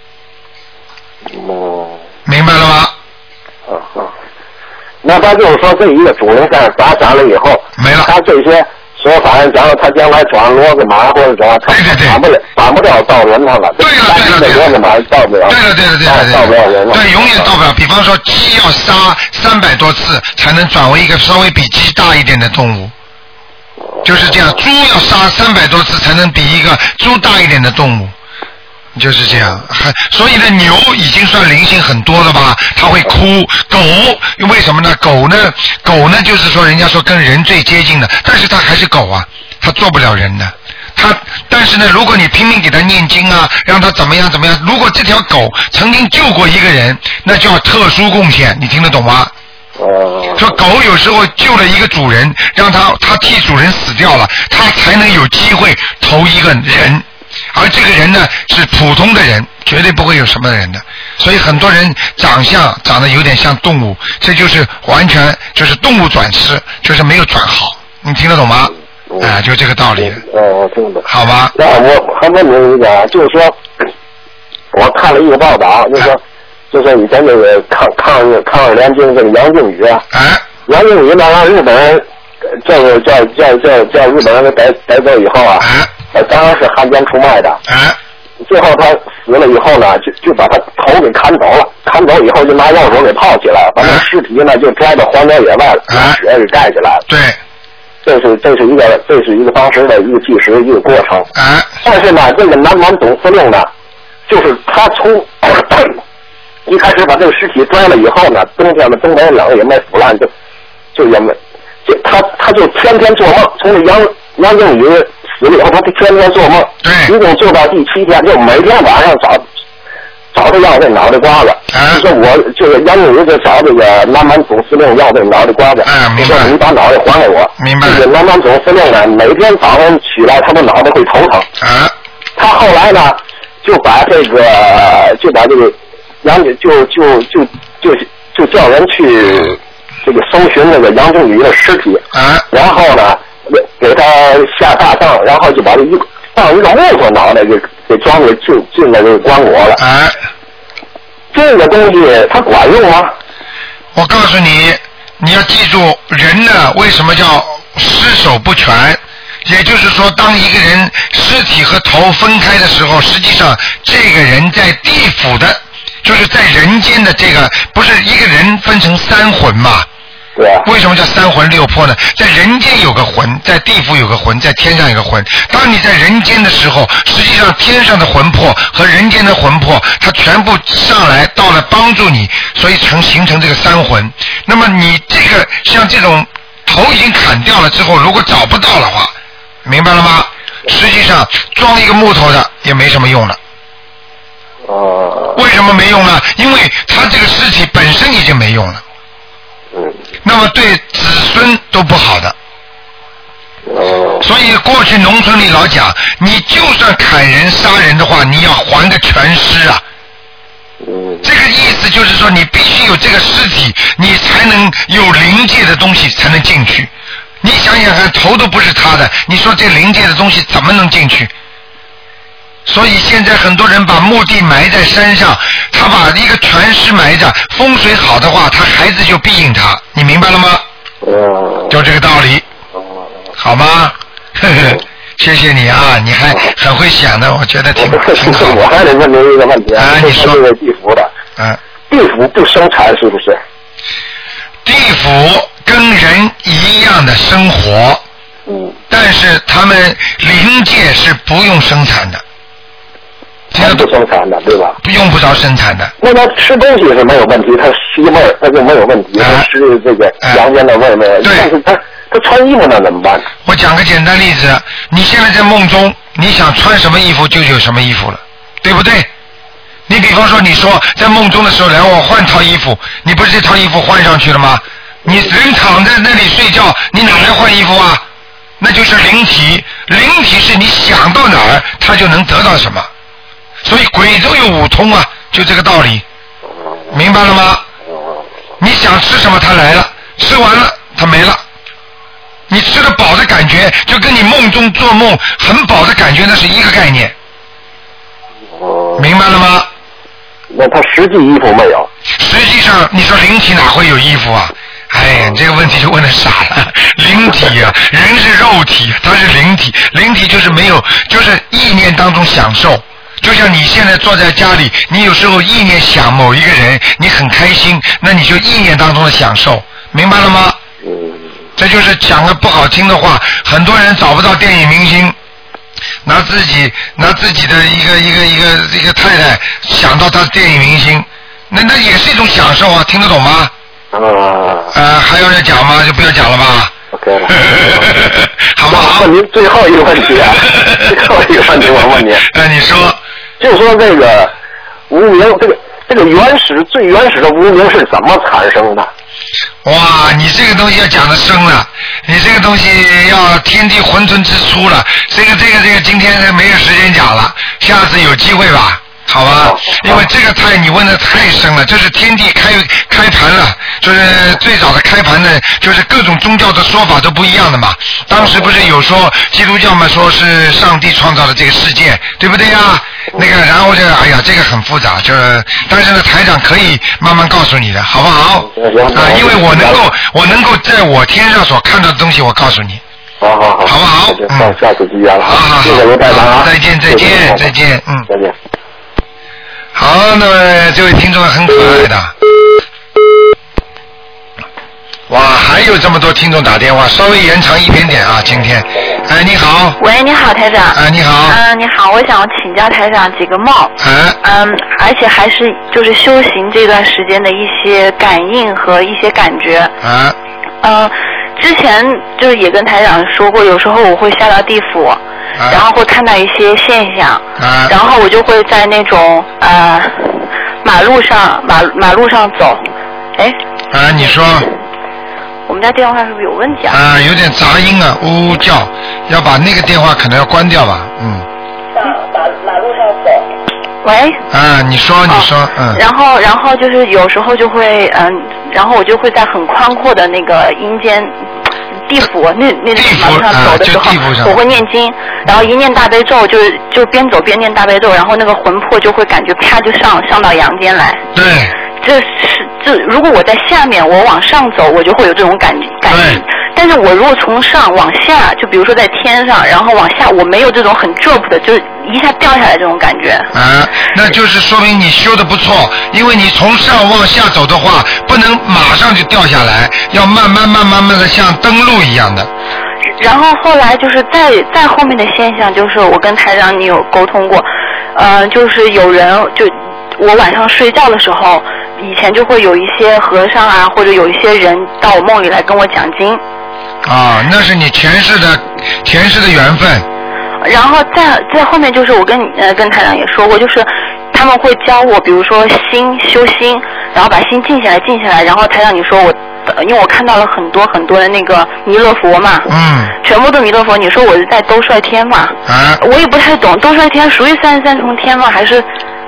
明白了吗？ 那他就是说，这一个主灵在打散了以后， 没了。 他这些说法，假如他将来转骡子马或者什么，他转不了到人上了。 对了， 骡子马到不了。 对， 到不了人了。 对，永远到不了。比方说，鸡要杀300多次才能转为一个稍微比鸡大一点的动物，就是这样。猪要杀300多次才能比一个猪大一点的动物。就是这样，所以呢，牛已经算灵性很多了吧？它会哭。狗为什么呢？狗呢，就是说人家说跟人最接近的，但是它还是狗啊，它做不了人的。但是呢，如果你拼命给它念经啊，让它怎么样，如果这条狗曾经救过一个人，那叫特殊贡献，你听得懂吗？说狗有时候救了一个主人，让它替主人死掉了，它才能有机会投一个人。而这个人呢是普通的人，绝对不会有什么人的，所以很多人长得有点像动物，这就是完全就是动物转世，就是没有转好，你听得懂吗？就这个道理。 我听懂。 好吧。 那我还问您一个，就是说，我看了一个报道，就是以前这个抗日联军这个杨靖宇啊，杨靖宇呢让日本人叫日本人给逮走以后啊。当然是汉奸出卖的。最后他死了以后呢，就把他头给砍走了，砍走以后就拿药水给泡起来了，把那尸体呢就摘到荒郊野外了，把血给盖起来了。 对， 这是一个当时的一个计时一个过程。但是呢，这个南满总司令呢，就是他从一开始把这个尸体摘了以后呢，冬天的东北冷也没腐烂，就也没，他就天天做梦，从这杨靖宇死了以后，他天天做梦，一共做到第7天，就每天晚上找他要这脑袋瓜子。就说我就是杨靖宇就找这个南满总司令要这脑袋瓜子，就说你把脑袋还给我。 明白。 这个南满总司令呢，每天早上起来他的脑袋会头疼。他后来呢，就把这个杨就叫人去这个搜寻那个杨靖宇的尸体。然后呢，给他下大葬，然后就把放一个木头脑袋给装给进了这个棺椁了。这个东西它管用吗？ 我告诉你，你要记住，人呢为什么叫尸首不全？ 也就是说，当一个人尸体和头分开的时候，实际上这个人在地府的，就是在人间的这个，不是一个人分成三魂嘛？ 对啊。 为什么叫三魂六魄呢？在人间有个魂，在地府有个魂，在天上有个魂。当你在人间的时候，实际上天上的魂魄和人间的魂魄，它全部上来到了帮助你，所以形成这个三魂。那么你这个像这种头已经砍掉了之后，如果找不到的话，明白了吗？实际上装一个木头的也没什么用了。为什么没用呢？因为他这个尸体本身已经没用了。那么对子孙都不好的。所以过去农村里老讲，你就算砍人杀人的话，你要还个全尸啊。这个意思就是说，你必须有这个尸体，你才能有灵界的东西才能进去。你想想看，头都不是他的，你说这灵界的东西怎么能进去？所以现在很多人把墓地埋在山上，他把一个全尸埋着，风水好的话，他孩子就庇应他，你明白了吗？就这个道理，好吗？谢谢你啊，你还很会想的，我觉得挺好。 我还得问您一个问题啊， 你说这个地府的，地府不生产是不是？ 地府跟人一样的生活，但是他们灵界是不用生产的。 他不生产的，对吧？ 用不着生产的。 那他吃东西是没有问题，他吸味儿他就没有问题，他吃这个阳间的味没有。但是他穿衣服那怎么办？ 我讲个简单例子，你现在在梦中，你想穿什么衣服就有什么衣服了，对不对？你比方说你说在梦中的时候，然后我换套衣服，你不是这套衣服换上去了吗？你人躺在那里睡觉，你哪来换衣服啊？那就是灵体，灵体是你想到哪儿，它就能得到什么。所以鬼都有五通啊，就这个道理，明白了吗？你想吃什么它来了，吃完了它没了。你吃得饱的感觉，就跟你梦中做梦很饱的感觉那是一个概念，明白了吗？ 那他实际衣服没有？ 实际上你说灵体哪会有衣服啊？哎呀，这个问题就问得傻了。灵体啊，人是肉体，它是灵体，灵体就是没有，就是意念当中享受。就像你现在坐在家里，你有时候意念想某一个人，你很开心，那你就意念当中的享受，明白了吗？这就是讲个不好听的话，很多人找不到电影明星，拿自己的一个太太想到他是电影明星，那也是一种享受啊，听得懂吗？还要再讲吗？就不要讲了吧。 OK 了。 好不好？ 问您最后一个问题啊，最后一个问题我问您。 你说。 就是说这个无名，这个最原始的无名是怎么产生的？ 哇，你这个东西要讲得深了，你这个东西要天地混沌之初了，这个今天没有时间讲了，下次有机会吧。好吧，因为这个菜你问的太深了，这是天地开盘了，就是最早的开盘呢，就是各种宗教的说法都不一样的嘛。当时不是有说基督教嘛，说是上帝创造的这个世界，对不对呀？那个，然后哎呀，这个很复杂，但是呢，台长可以慢慢告诉你的，好不好？因为我能够在我天上所看到的东西，我告诉你。好不好？ 下次机缘了。 好， 谢谢刘台长啊！ 再见，再见。 再见。 好，那么这位听众很可爱的，哇，还有这么多听众打电话，稍微延长一点点啊，今天。你好。 喂，你好，台长。 你好。 你好，我想请教台长几个梦。而且还是就是修行这段时间的一些感应和一些感觉。之前就是也跟台长说过，有时候我会下到地府。然后会看到一些现象，然后我就会在那种马路上走， 你说。 我们家电话是不是有问题啊？ 有点杂音啊，呜呜叫，要把那个电话可能要关掉吧， 马路上走。喂。 你说， 然后就是有时候就会然后我就会在很宽阔的那个阴间。地府那马路上走的时候，我会念经，然后一念大悲咒，就边走边念大悲咒，然后那个魂魄就会感觉啪就上到阳间来。 对。 如果我在下面，我往上走，我就会有这种感觉。 但是我如果从上往下，就比如说在天上，然后往下，我没有这种很 drop 的，就是一下掉下来这种感觉。 啊，那就是说明你修的不错，因为你从上往下走的话，不能马上就掉下来，要慢慢的像登陆一样的。 然后后来就是再后面的现象，就是我跟台长你有沟通过，就是有人就我晚上睡觉的时候，以前就会有一些和尚啊，或者有一些人到我梦里来跟我讲经。 啊，那是你前世的缘分。 然后在后面就是我跟台长也说过，就是他们会教我，比如说修心，然后把心静下来，然后台长你说我。因为我看到了很多的那个弥勒佛嘛，全部都弥勒佛。你说我是在兜率天嘛？我也不太懂，兜率天属于33重天吗？还是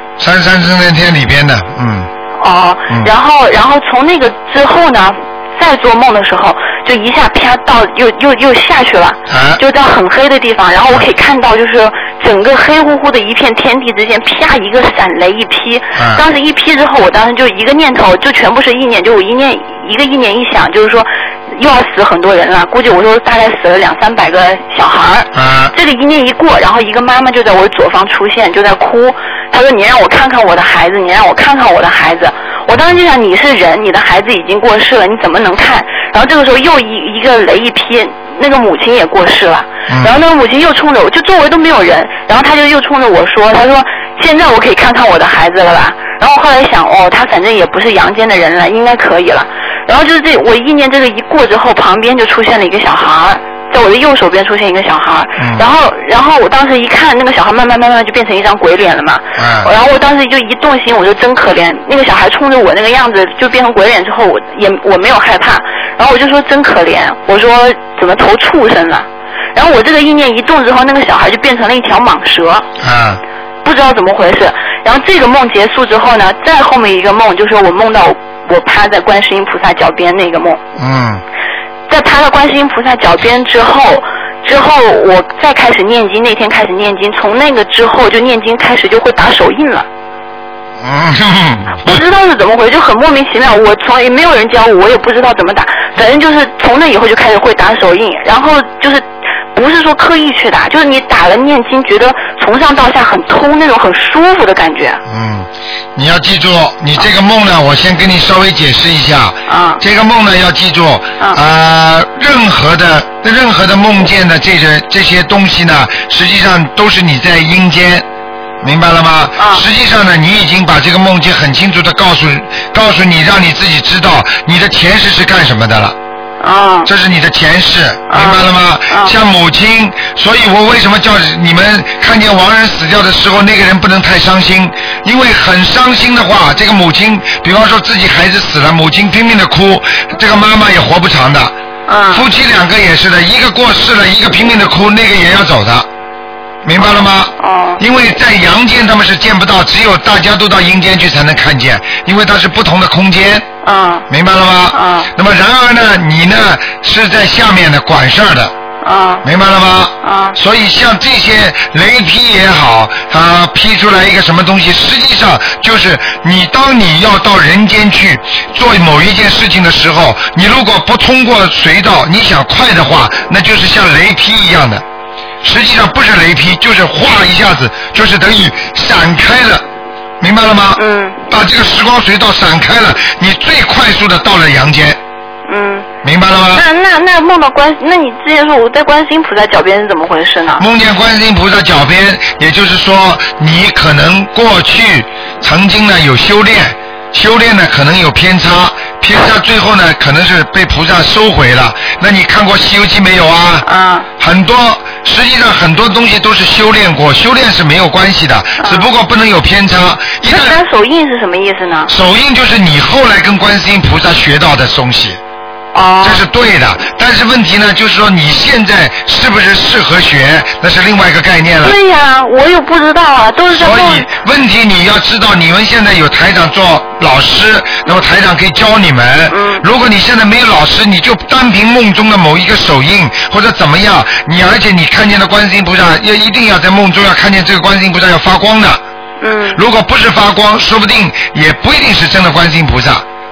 33重天里边的？ 然后从那个之后呢，再做梦的时候，就一下啪到又下去了，就到很黑的地方，然后我可以看到就是整个黑乎乎的一片天地之间，啪一个闪雷一劈，当时一劈之后，我当时就一个念头，就全部是意念，就我一个意念一想，就是说又要死很多人了，估计我说大概死了200-300个小孩这个一念一过，然后一个妈妈就在我左方出现，就在哭，她说你让我看看我的孩子，你让我看看我的孩子。我当时就想，你是人，你的孩子已经过世了，你怎么能看？然后这个时候又一个雷一劈，那个母亲也过世了，然后那个母亲又冲着我，就周围都没有人，然后他就又冲着我说，他说现在我可以看看我的孩子了吧？然后后来想，他反正也不是阳间的人了，应该可以了。然后就是我意念这个一过之后，旁边就出现了一个小孩，在我的右手边出现一个小孩，然后我当时一看，那个小孩慢慢就变成一张鬼脸了嘛，然后我当时就一动心，我就真可怜，那个小孩冲着我那个样子就变成鬼脸之后，我没有害怕，然后我就说真可怜，我说怎么投畜生了？然后我这个意念一动之后，那个小孩就变成了一条蟒蛇，不知道怎么回事。然后这个梦结束之后呢，再后面一个梦就是我梦到我趴在观世音菩萨脚边那个梦。在趴到观世音菩萨脚边之后我再开始念经，那天开始念经，从那个之后就念经开始就会打手印了。不知道是怎么回事，就很莫名其妙，我从来也没有人教我也不知道怎么打，反正就是从那以后就开始会打手印，然后就是不是说刻意去打，就是你打了念经觉得从上到下很通，那种很舒服的感觉。 你要记住，你这个梦呢，我先跟你稍微解释一下。这个梦呢要记住，任何的梦见的这些东西呢，实际上都是你在阴间。明白了吗？实际上呢，你已经把这个梦境很清楚的告诉你，让你自己知道你的前世是干什么的了。这是你的前世，明白了吗？像母亲，所以我为什么叫你们看见亡人死掉的时候，那个人不能太伤心，因为很伤心的话，这个母亲，比方说自己孩子死了，母亲拼命的哭，这个妈妈也活不长的。夫妻两个也是的，一个过世了，一个拼命的哭，那个也要走的。明白了吗？因为在阳间他们是见不到，只有大家都到阴间去才能看见，因为它是不同的空间。明白了吗？那么然而呢，你呢是在下面的管事儿的。明白了吗？所以像这些雷劈也好，劈出来一个什么东西，实际上就是当你要到人间去做某一件事情的时候，你如果不通过隧道，你想快的话，那就是像雷劈一样的。实际上不是雷劈，就是哗一下子，就是等于闪开了，明白了吗？把这个时光隧道闪开了，你最快速的到了阳间。明白了吗？ 那梦到那你之前说我在观世音菩萨脚边是怎么回事呢？ 梦见观世音菩萨脚边，也就是说你可能过去曾经呢有修炼呢可能有偏差，最后呢可能是被菩萨收回了。那你看过《西游记》没有啊？实际上很多东西都是修炼过，修炼是没有关系的，只不过不能有偏差。 那打手印是什么意思呢？ 手印就是你后来跟观世音菩萨学到的东西。这是对的，但是问题呢，就是说你现在是不是适合学，那是另外一个概念了。 对呀，我也不知道啊，都是在。 所以问题你要知道，你们现在有台长做老师，那么台长可以教你们。如果你现在没有老师，你就单凭梦中的某一个手印或者怎么样，而且你看见的观世音菩萨，一定要在梦中要看见这个观世音菩萨要发光的。如果不是发光，说不定也不一定是真的观世音菩萨。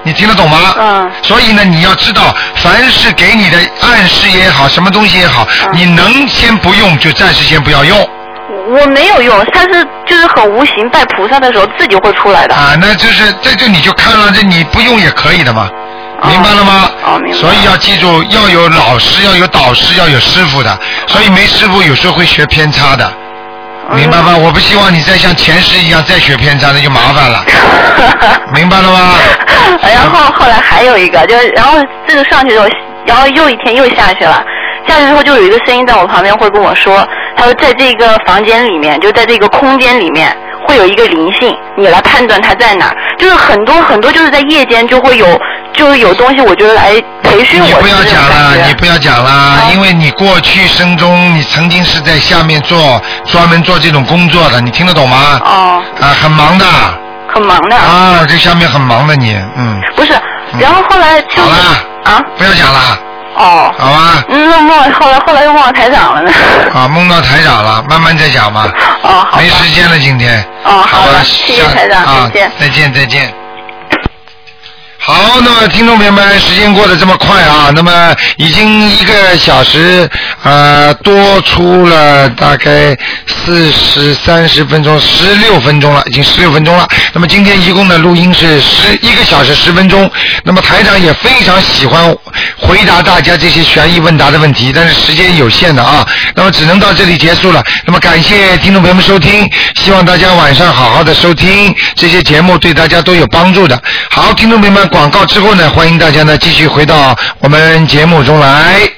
你听得懂吗？所以呢，你要知道，凡是给你的暗示也好，什么东西也好，你能先不用就暂时先不要用。 我没有用，它是就是很无形，拜菩萨的时候自己会出来的。 那就是这就你就看了，这你不用也可以的嘛。明白了吗？ 明白。 所以要记住，要有老师，要有导师，要有师傅的。所以没师傅有时候会学偏差的，明白吗？我不希望你再像前世一样再学偏差，那就麻烦了。明白了吗？ 然后后来还有一个，就是然后这个上去之后，然后又一天又下去了。下去之后就有一个声音在我旁边会跟我说，他说在这个房间里面，就在这个空间里面会有一个灵性，你来判断它在哪儿。就是很多很多就是在夜间就会有。就是有东西，我觉得来培训我。 你不要讲了，你不要讲了，因为你过去生中你曾经是在下面做专门做这种工作的，你听得懂吗？很忙的。 很忙的。 这下面很忙的你， 不是，然后后来就好了。不要讲了。好吧。 后来又梦到台长了呢。 梦到台长了，慢慢再讲吧。 好。 没时间了今天。 好的，谢谢台长，再见。 再见。好，那么听众朋友们，时间过得这么快啊，那么已经1个小时多出了大概30分钟，16分钟了，已经16分钟了。那么今天一共的录音是1个小时10分钟。那么台长也非常喜欢回答大家这些悬疑问答的问题，但是时间有限的啊，那么只能到这里结束了。那么感谢听众朋友们收听，希望大家晚上好好的收听这些节目，对大家都有帮助的。好，听众朋友们，广告之后呢，欢迎大家呢继续回到我们节目中来。